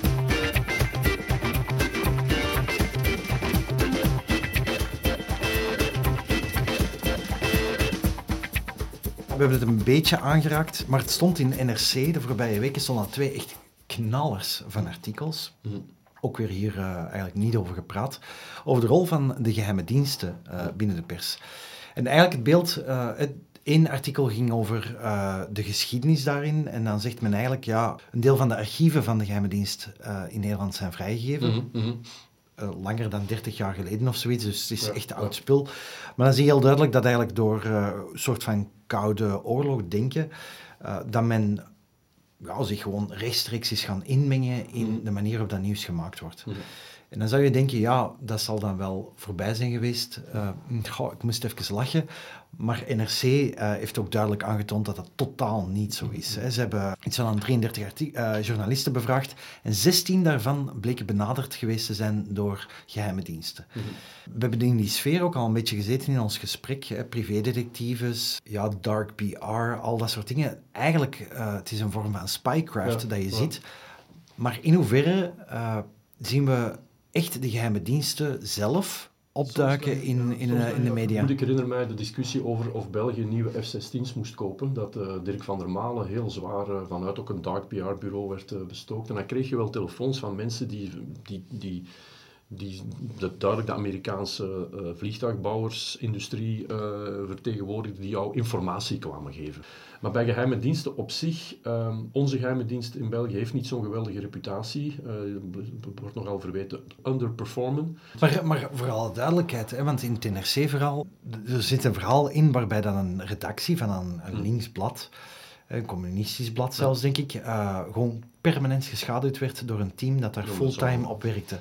We hebben het een beetje aangeraakt, maar het stond in N R C de voorbije weken stonden er twee echt knallers van artikels. Mm. Ook weer hier uh, eigenlijk niet over gepraat. Over de rol van de geheime diensten uh, binnen de pers. En eigenlijk het beeld... Uh, het, Eén artikel ging over uh, de geschiedenis daarin. En dan zegt men eigenlijk, ja, een deel van de archieven van de geheime dienst uh, in Nederland zijn vrijgegeven. Mm-hmm, mm-hmm. Uh, langer dan dertig jaar geleden of zoiets, dus het is ja, echt oud ja. spul. Maar dan zie je heel duidelijk dat eigenlijk door uh, een soort van koude oorlog denken, uh, dat men ja, zich gewoon rechtstreeks is gaan inmengen in mm. de manier waarop dat nieuws gemaakt wordt. Mm. En dan zou je denken, ja, dat zal dan wel voorbij zijn geweest. Uh, goh, ik moest even lachen. Maar N R C uh, heeft ook duidelijk aangetoond dat dat totaal niet zo is. Hè. Ze hebben iets van drieëndertig arti- uh, journalisten bevraagd en zestien daarvan bleken benaderd geweest te zijn door geheime diensten. Mm-hmm. We hebben in die sfeer ook al een beetje gezeten in ons gesprek. Hè. Privédetectives, ja, dark P R, al dat soort dingen. Eigenlijk, uh, het is een vorm van spycraft ja, dat je ja. ziet. Maar in hoeverre uh, zien we echt de geheime diensten zelf opduiken soms, in, in, uh, in de media? Ik herinner mij de discussie over of België nieuwe F zestien's moest kopen. Dat uh, Dirk van der Malen heel zwaar uh, vanuit ook een dark P R-bureau werd uh, bestookt. En dan kreeg je wel telefoons van mensen die, die, die, die de, duidelijk de Amerikaanse uh, vliegtuigbouwersindustrie uh, vertegenwoordigden, die jou informatie kwamen geven. Maar bij geheime diensten op zich, um, onze geheime dienst in België heeft niet zo'n geweldige reputatie. Uh, wordt nogal verweten underperformen. Maar, maar voor alle duidelijkheid, hè, want in het N R C-verhaal, er zit een verhaal in waarbij dan een redactie van een, een hmm. linksblad, een communistisch blad zelfs, denk ik, uh, gewoon permanent geschaduwd werd door een team dat daar fulltime op werkte.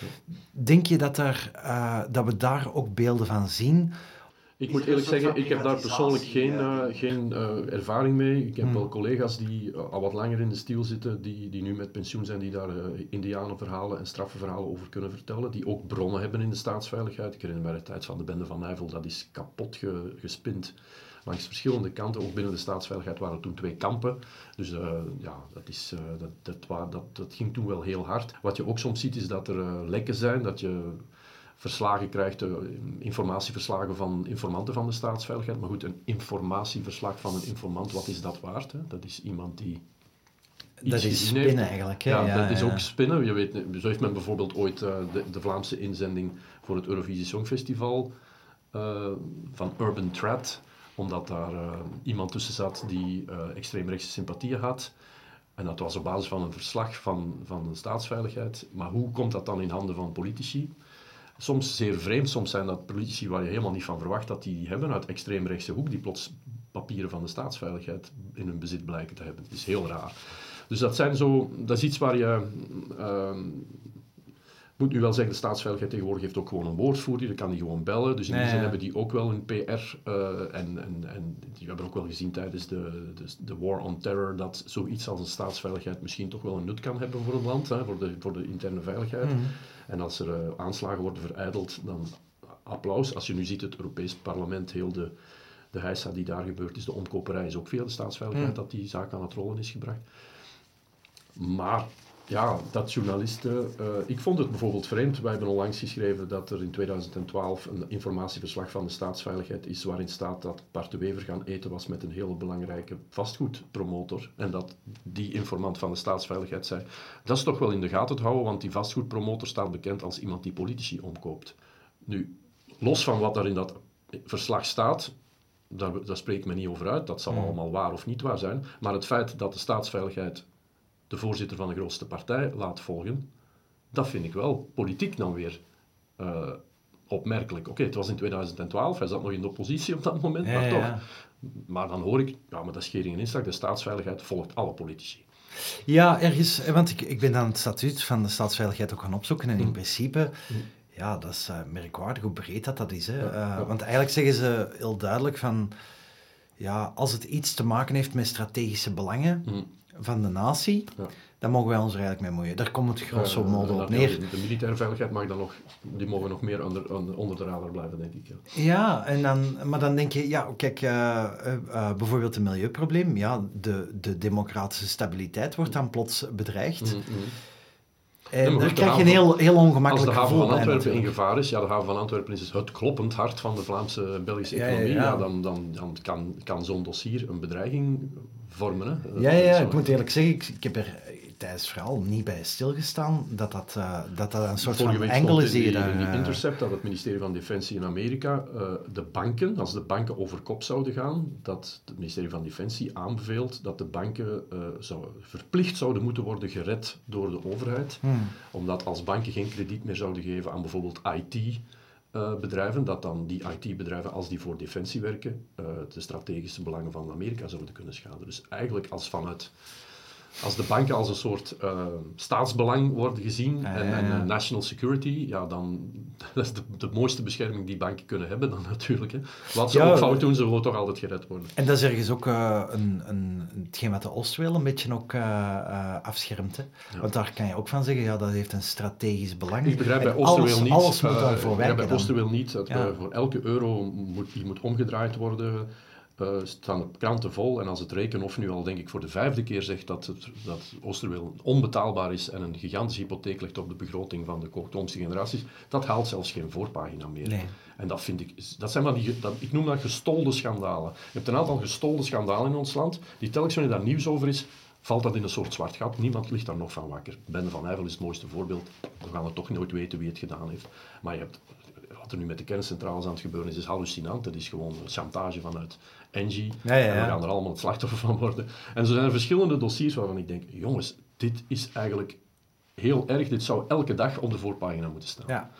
Denk je dat, daar, uh, dat we daar ook beelden van zien? Ik moet eerlijk zeggen, ik heb daar persoonlijk geen, uh, geen uh, ervaring mee. Ik heb hmm. wel collega's die uh, al wat langer in de stiel zitten, die, die nu met pensioen zijn, die daar uh, indianenverhalen en strafverhalen over kunnen vertellen, die ook bronnen hebben in de staatsveiligheid. Ik herinner mij de tijd van de bende van Nijvel, dat is kapot ge, gespind. Langs verschillende kanten, ook binnen de staatsveiligheid waren er toen twee kampen. Dus uh, ja, dat, is, uh, dat, dat, dat, dat ging toen wel heel hard. Wat je ook soms ziet, is dat er uh, lekken zijn, dat je verslagen krijgt, uh, informatieverslagen van informanten van de staatsveiligheid. Maar goed, een informatieverslag van een informant, wat is dat waard? Hè? Dat is iemand die Dat is spinnen heeft. eigenlijk. Hè? Ja, ja, dat is ja. ook spinnen. Je weet, zo heeft men bijvoorbeeld ooit uh, de, de Vlaamse inzending voor het Eurovisie Songfestival uh, van Urban Threat omdat daar uh, iemand tussen zat die uh, extreemrechtse sympathieën had. En dat was op basis van een verslag van, van de staatsveiligheid. Maar hoe komt dat dan in handen van politici? Soms zeer vreemd, soms zijn dat politici waar je helemaal niet van verwacht dat die hebben uit extreemrechtse hoek, die plots papieren van de staatsveiligheid in hun bezit blijken te hebben. Het is heel raar. Dus dat, zijn zo, dat is iets waar je... Uh, Ik moet nu wel zeggen, de staatsveiligheid tegenwoordig heeft ook gewoon een woordvoerder, dan kan die gewoon bellen. Dus in die ja, zin ja. hebben die ook wel een P R. Uh, en, en, en die hebben ook wel gezien tijdens de, de, de War on Terror dat zoiets als een staatsveiligheid misschien toch wel een nut kan hebben voor een land, hè, voor, de, voor de interne veiligheid. Mm-hmm. En als er uh, aanslagen worden verijdeld, dan applaus. Als je nu ziet het Europees Parlement, heel de, de heisa die daar gebeurd is, de omkoperij is ook via de staatsveiligheid mm. dat die zaak aan het rollen is gebracht. Maar... Ja, dat journalisten... Uh, ik vond het bijvoorbeeld vreemd. Wij hebben onlangs geschreven dat er in tweeduizend twaalf een informatieverslag van de staatsveiligheid is waarin staat dat Bart de Wever gaan eten was met een hele belangrijke vastgoedpromotor. En dat die informant van de staatsveiligheid zei, dat is toch wel in de gaten te houden, want die vastgoedpromotor staat bekend als iemand die politici omkoopt. Nu, los van wat daar in dat verslag staat, daar, daar spreekt men niet over uit. Dat zal mm. allemaal waar of niet waar zijn. Maar het feit dat de staatsveiligheid de voorzitter van de grootste partij laat volgen, dat vind ik wel politiek dan weer uh, opmerkelijk. Oké, okay, het was in tweeduizend twaalf, hij zat nog in de oppositie op dat moment, ja, maar toch. Ja. Maar dan hoor ik, ja, maar dat is schering en inslag, de staatsveiligheid volgt alle politici. Ja, ergens, want ik, ik ben dan het statuut van de staatsveiligheid ook gaan opzoeken en in mm. principe... Mm. Ja, dat is uh, merkwaardig hoe breed dat, dat is. Hè. Uh, ja, ja. Want eigenlijk zeggen ze heel duidelijk van... Ja, als het iets te maken heeft met strategische belangen... Mm. van de natie, ja. dan mogen wij ons er eigenlijk mee moeien. Daar komt het grosso modo uh, op neer. De, de militaire veiligheid mag dan nog, die mogen nog meer onder, onder, onder de radar blijven, denk ik. Ja, ja en dan, maar dan denk je, ja, kijk, uh, uh, uh, bijvoorbeeld een milieuprobleem, ja, de, de democratische stabiliteit wordt dan plots bedreigd. Mm-hmm. En ja, daar krijg je een heel, heel ongemakkelijk gevoel. Als de haven van Antwerpen in gevaar is, ja, de haven van Antwerpen is het kloppend hart van de Vlaamse Belgische economie, ja, ja, ja. Ja, dan, dan, dan kan, kan zo'n dossier een bedreiging vormen. Hè. Ja, ja, ik moet eerlijk zeggen, ik, ik heb er tijdens het verhaal niet bij stilgestaan dat dat, uh, dat, dat een soort Vorige van week engel is die, die daar... in die uh, Intercept dat het ministerie van Defensie in Amerika uh, de banken, als de banken over kop zouden gaan, dat het ministerie van Defensie aanbeveelt dat de banken uh, zou, verplicht zouden moeten worden gered door de overheid, hmm. omdat als banken geen krediet meer zouden geven aan bijvoorbeeld I T Uh, bedrijven, dat dan die I T-bedrijven, als die voor defensie werken, uh, de strategische belangen van Amerika zouden kunnen schaden. Dus eigenlijk als vanuit... Als de banken als een soort uh, staatsbelang worden gezien ah, en, ja, ja. en uh, national security, ja, dan dat is de, de mooiste bescherming die banken kunnen hebben dan natuurlijk. Hè. Wat ze ja, ook fout doen, ze willen toch altijd gered worden. En dat is ergens ook uh, een, een, hetgeen wat de Oostweel een beetje ook uh, uh, afschermt. Hè. Ja. Want daar kan je ook van zeggen, ja, dat heeft een strategisch belang. Ik begrijp bij Oosterweel niet, alles moet daarvoor uh, werken. bij Oosterweel niet dat ja. voor elke euro moet, die moet omgedraaid worden. Uh, staan de kranten vol en als het Rekenhof nu al denk ik voor de vijfde keer zegt dat, het, dat Oosterweel onbetaalbaar is en een gigantische hypotheek legt op de begroting van de toekomstige generaties, dat haalt zelfs geen voorpagina meer. Nee. En dat vind ik, dat zijn maar die, dat, ik noem dat gestolde schandalen. Je hebt een aantal gestolde schandalen in ons land, die telkens wanneer daar nieuws over is, valt dat in een soort zwart gat. Niemand ligt daar nog van wakker. Ben van Eyvel is het mooiste voorbeeld. We gaan het toch nooit weten wie het gedaan heeft. Maar je hebt... Wat er nu met de kerncentrales aan het gebeuren is, is hallucinant. Het is gewoon chantage vanuit Engie. Ja, ja, ja. En we gaan er allemaal het slachtoffer van worden. En zo zijn er verschillende dossiers waarvan ik denk, jongens, dit is eigenlijk heel erg. Dit zou elke dag op de voorpagina moeten staan. Ja.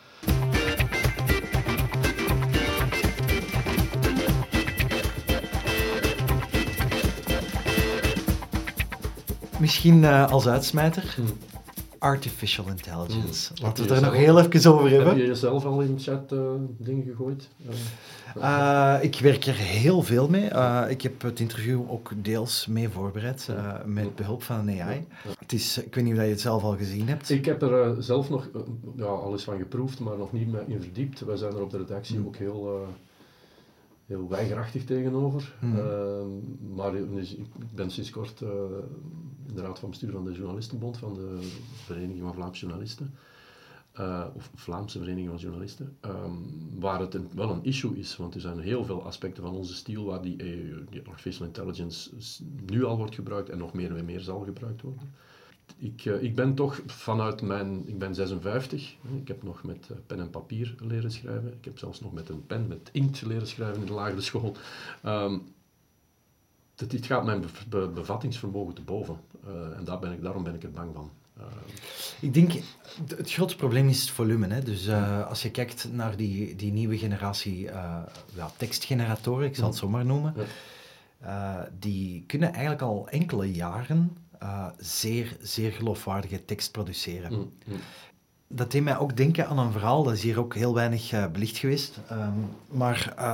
Misschien uh, als uitsmijter... Hmm. Artificial intelligence. Mm. Laten we het er nog heel even over hebben. Heb je jezelf al in chat uh, dingen gegooid? Uh, uh, ik werk er heel veel mee. Uh, ik heb het interview ook deels mee voorbereid, uh, met behulp van een A I. Ja. Het is, ik weet niet of je het zelf al gezien hebt. Ik heb er uh, zelf nog uh, ja, alles van geproefd, maar nog niet mee in verdiept. Wij zijn er op de redactie mm. ook heel... Uh, heel weigerachtig tegenover. Mm. Uh, maar dus, ik ben sinds kort uh, in de raad van bestuur van de Journalistenbond, van de Vereniging van Vlaamse Journalisten, uh, of Vlaamse Vereniging van Journalisten, um, waar het een, wel een issue is, want er zijn heel veel aspecten van onze stijl waar die, die artificial intelligence nu al wordt gebruikt en nog meer en meer zal gebruikt worden. ik, uh, ik ben toch vanuit mijn... Ik ben zesenvijftig. Ik heb nog met uh, pen en papier leren schrijven. Ik heb zelfs nog met een pen, met inkt leren schrijven in de lagere school. Um, dit gaat mijn be- be- bevattingsvermogen te boven. Uh, en daar ben ik, daarom ben ik er bang van. Uh, ik denk, het grootste probleem is het volume. Hè? Dus uh, als je kijkt naar die, die nieuwe generatie uh, ja, tekstgeneratoren, ik zal het zo maar noemen, ja. uh, die kunnen eigenlijk al enkele jaren uh, zeer, zeer geloofwaardige tekst produceren. Mm, mm. Dat deed mij ook denken aan een verhaal, dat is hier ook heel weinig uh, belicht geweest. Um, maar uh,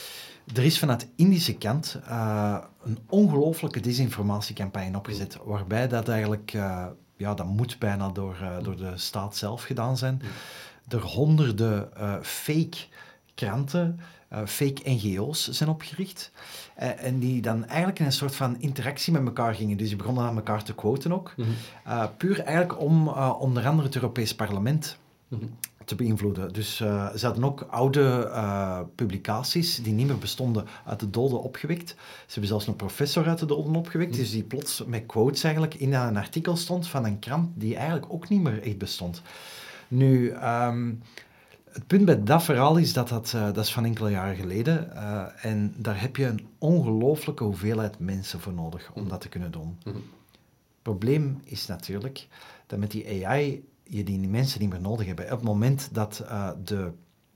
er is vanuit de Indische kant uh, een ongelooflijke desinformatiecampagne opgezet, mm. waarbij dat eigenlijk... Uh, ja, dat moet bijna door, uh, door de staat zelf gedaan zijn. Er honderden uh, fake kranten, uh, fake N G O's zijn opgericht. Uh, en die dan eigenlijk in een soort van interactie met elkaar gingen. Dus die begonnen aan elkaar te quoten ook. Mm-hmm. Uh, puur eigenlijk om uh, onder andere het Europees Parlement mm-hmm. te beïnvloeden. Dus uh, ze hadden ook oude uh, publicaties die niet meer bestonden uit de doden opgewekt. Ze hebben zelfs een professor uit de doden opgewekt, mm. dus die plots met quotes eigenlijk in een artikel stond van een krant die eigenlijk ook niet meer echt bestond. Nu, um, het punt bij dat verhaal is dat dat, uh, dat is van enkele jaren geleden uh, en daar heb je een ongelooflijke hoeveelheid mensen voor nodig om mm. dat te kunnen doen. Mm-hmm. Het probleem is natuurlijk dat met die A I je die mensen niet meer nodig hebben. Op het moment dat uh, de,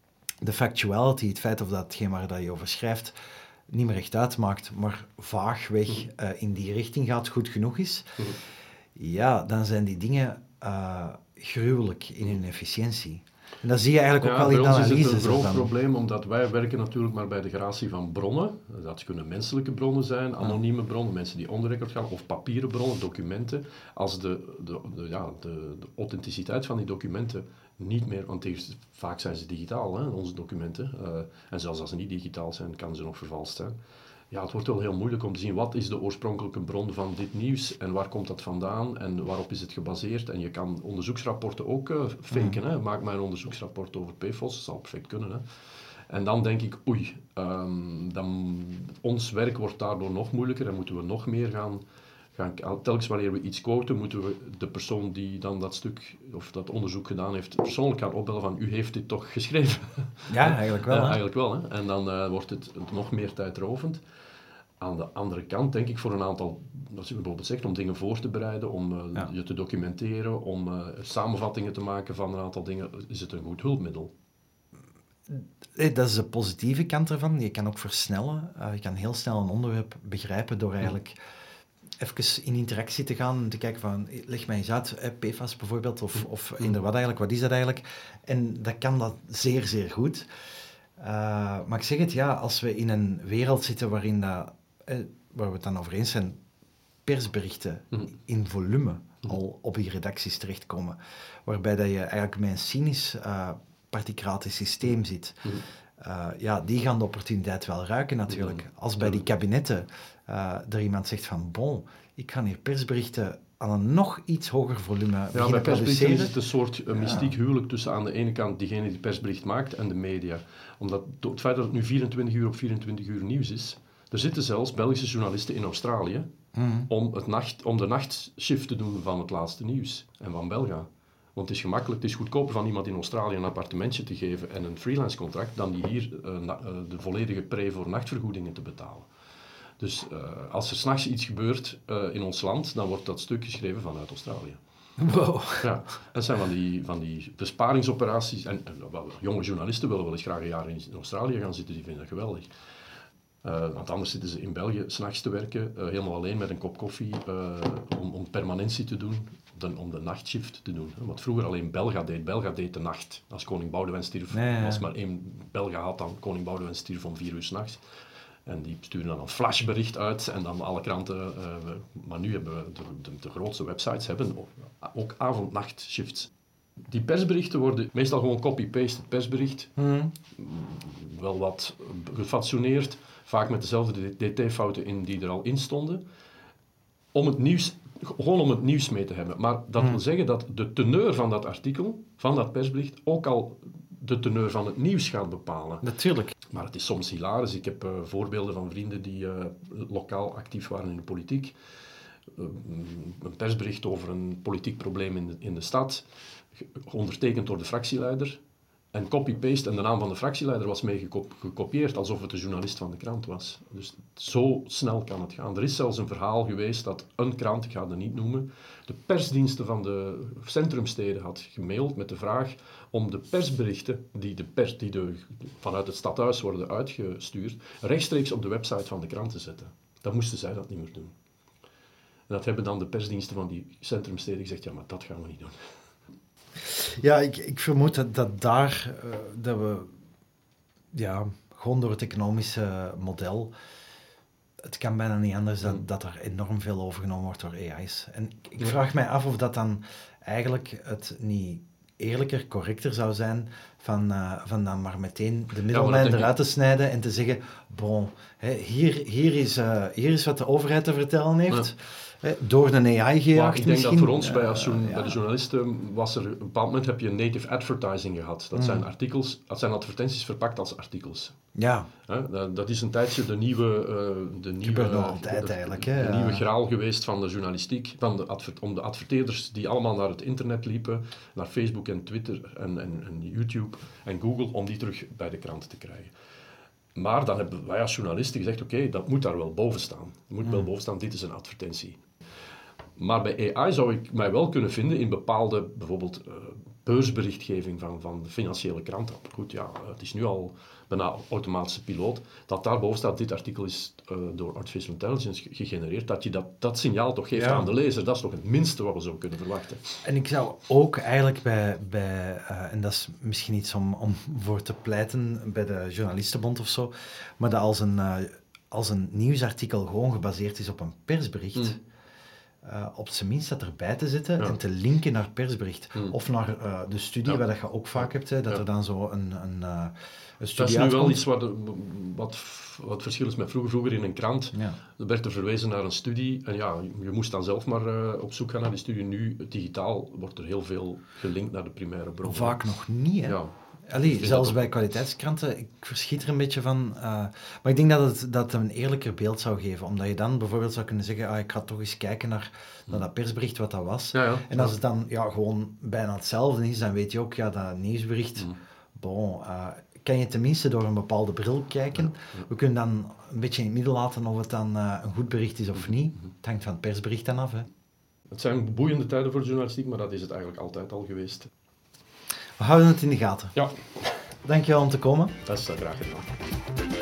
de factuality, het feit of dat hetgeen waar dat je over schrijft, niet meer echt uitmaakt, maar vaagweg uh, in die richting gaat, goed genoeg is, mm-hmm. ja, dan zijn die dingen uh, gruwelijk in hun efficiëntie. En dat zie je eigenlijk ja, ook wel in de analyses. Bij ons is het een groot probleem, omdat wij werken natuurlijk maar bij de gratie van bronnen. Dat kunnen menselijke bronnen zijn, anonieme bronnen, mensen die on the record gaan, of papieren bronnen, documenten. Als de, de, de, ja, de, de authenticiteit van die documenten niet meer, want tegen, vaak zijn ze digitaal, hè, onze documenten. Uh, en zelfs als ze niet digitaal zijn, kan ze nog vervalst zijn. Ja, het wordt wel heel moeilijk om te zien wat is de oorspronkelijke bron van dit nieuws en waar komt dat vandaan en waarop is het gebaseerd. En je kan onderzoeksrapporten ook uh, faken. Mm. Hè. Maak maar een onderzoeksrapport over P F O S, dat zal perfect kunnen. Hè. En dan denk ik, oei, um, dan, ons werk wordt daardoor nog moeilijker en moeten we nog meer gaan, gaan... Telkens wanneer we iets quoten, moeten we de persoon die dan dat stuk of dat onderzoek gedaan heeft, persoonlijk gaan opbellen van, u heeft dit toch geschreven? Ja, eigenlijk wel. Ja, hè? eigenlijk wel. Hè. En dan uh, wordt het nog meer tijdrovend. Aan de andere kant denk ik voor een aantal, dat je bijvoorbeeld zegt, om dingen voor te bereiden, om uh, ja. je te documenteren, om uh, samenvattingen te maken van een aantal dingen, is het een goed hulpmiddel. Dat is de positieve kant ervan. Je kan ook versnellen. Uh, je kan heel snel een onderwerp begrijpen door eigenlijk ja. even in interactie te gaan en te kijken van, leg mij eens uit, eh, P F A S bijvoorbeeld, of, of ja. inderdaad eigenlijk, wat is dat eigenlijk? En dat kan dat zeer, zeer goed. Uh, maar ik zeg het, ja, als we in een wereld zitten waarin dat, eh, waar we het dan over eens zijn, persberichten mm. in volume mm. al op die redacties terechtkomen, waarbij dat je eigenlijk met een cynisch uh, particratisch systeem zit, mm. uh, ja, die gaan de opportuniteit wel ruiken natuurlijk. Mm. Als bij die kabinetten uh, er iemand zegt van, bon, ik ga hier persberichten aan een nog iets hoger volume ja, beginnen bij persberichten produceren. is het een soort uh, mystiek ja. huwelijk tussen aan de ene kant diegene die het persbericht maakt en de media. Omdat het feit dat het nu vierentwintig uur op vierentwintig uur nieuws is, er zitten zelfs Belgische journalisten in Australië mm. om, het nacht, om de nachtshift te doen van het laatste nieuws en van Belga. Want het is gemakkelijk, het is goedkoper van iemand in Australië een appartementje te geven en een freelance contract dan die hier uh, na, uh, de volledige pre voor nachtvergoedingen te betalen. Dus uh, als er 's nachts iets gebeurt uh, in ons land, dan wordt dat stuk geschreven vanuit Australië. Wow. Ja, dat zijn van die, van die besparingsoperaties. En, en wel, jonge journalisten willen wel eens graag een jaar in Australië gaan zitten, die vinden dat geweldig. Uh, want anders zitten ze in België 's nachts te werken, uh, helemaal alleen met een kop koffie, uh, om, om permanentie te doen, dan, om de nachtshift te doen. Wat vroeger alleen Belga deed. Belga deed de nacht. Als koning Boudewijn stierf, nee, ja. als maar één Belga had, dan koning Boudewijn stierf om vier uur 's nachts. En die sturen dan een flashbericht uit en dan alle kranten. Uh, maar nu hebben we de, de, de grootste websites hebben ook avond-nacht-shifts. Die persberichten worden meestal gewoon copy-paste. Het persbericht, hmm. wel wat gefatsoeneerd, vaak met dezelfde D T-fouten in die er al in stonden. Om het nieuws, gewoon om het nieuws mee te hebben. Maar dat hmm. wil zeggen dat de teneur van dat artikel, van dat persbericht, ook al de teneur van het nieuws gaat bepalen. Natuurlijk. Maar het is soms hilarisch. Ik heb uh, voorbeelden van vrienden die uh, lokaal actief waren in de politiek. een persbericht over een politiek probleem in de, in de stad, ondertekend door de fractieleider, en copy-paste en de naam van de fractieleider was mee gekop- gekopieerd, alsof het de journalist van de krant was. Dus zo snel kan het gaan. Er is zelfs een verhaal geweest dat een krant, ik ga het niet noemen, de persdiensten van de centrumsteden had gemaild met de vraag om de persberichten die, de pers, die de, vanuit het stadhuis worden uitgestuurd, rechtstreeks op de website van de krant te zetten. Dan moesten zij dat niet meer doen. En dat hebben dan de persdiensten van die centrumsteden gezegd, ja, maar dat gaan we niet doen. Ja, ik, ik vermoed dat, dat daar, uh, dat we, ja, gewoon door het economische model, het kan bijna niet anders dan mm. dat er enorm veel overgenomen wordt door A I's. En ik, ik vraag mij af of dat dan eigenlijk het niet eerlijker, correcter zou zijn van, uh, van dan maar meteen de middelman ja, eruit te snijden en te zeggen, bon, hè, hier, hier, is, uh, hier is wat de overheid te vertellen heeft. Ja. Door een A I gejaagd. Ik denk misschien. Dat voor ons, bij, als, uh, bij ja. de journalisten, was er, op een bepaald moment heb je native advertising gehad. Dat mm. zijn artikels, dat zijn advertenties verpakt als artikels. Ja. He, dat, dat is een tijdje de nieuwe, uh, de nieuwe, nog altijd, de, eigenlijk, de, hè? de nieuwe graal geweest van de journalistiek, van de adver, om de adverteerders die allemaal naar het internet liepen, naar Facebook en Twitter en, en, en YouTube en Google, om die terug bij de krant te krijgen. Maar dan hebben wij als journalisten gezegd, oké, okay, dat moet daar wel boven staan. Er moet mm. wel boven staan, dit is een advertentie. Maar bij A I zou ik mij wel kunnen vinden in bepaalde, bijvoorbeeld uh, beursberichtgeving van, van financiële kranten. Goed, ja, het is nu al bijna automatische piloot, dat daarboven staat, dit artikel is uh, door Artificial Intelligence gegenereerd, dat je dat, dat signaal toch geeft ja. aan de lezer. Dat is toch het minste wat we zo kunnen verwachten. En ik zou ook eigenlijk bij, bij uh, en dat is misschien iets om, om voor te pleiten bij de Journalistenbond of zo, maar dat als een, uh, als een nieuwsartikel gewoon gebaseerd is op een persbericht, mm. Uh, op zijn minst dat erbij te zetten ja. en te linken naar persbericht. Hmm. Of naar uh, de studie, ja. wat je ook vaak hebt, hè, dat ja. er dan zo een, een, uh, een studie Dat is nu uitkomt. wel iets wat, wat, wat verschil is met vroeger. Vroeger in een krant ja. werd er verwezen naar een studie en ja, je moest dan zelf maar uh, op zoek gaan naar die studie. Nu, digitaal, wordt er heel veel gelinkt naar de primaire bron. Vaak nog niet, hè? Ja. Allee, zelfs bij kwaliteitskranten, ik verschiet er een beetje van. Uh, maar ik denk dat het, dat het een eerlijker beeld zou geven. Omdat je dan bijvoorbeeld zou kunnen zeggen, ah, ik ga toch eens kijken naar, naar dat persbericht, wat dat was. Ja, ja. En als het dan ja, gewoon bijna hetzelfde is, dan weet je ook, ja, dat nieuwsbericht, mm. bon, uh, kan je tenminste door een bepaalde bril kijken. Ja, ja. We kunnen dan een beetje in het midden laten of het dan uh, een goed bericht is of niet. Het hangt van het persbericht dan af. Hè. Het zijn boeiende tijden voor de journalistiek, maar dat is het eigenlijk altijd al geweest. We houden het in de gaten. Ja. Dankjewel om te komen. Dat is graag gedaan.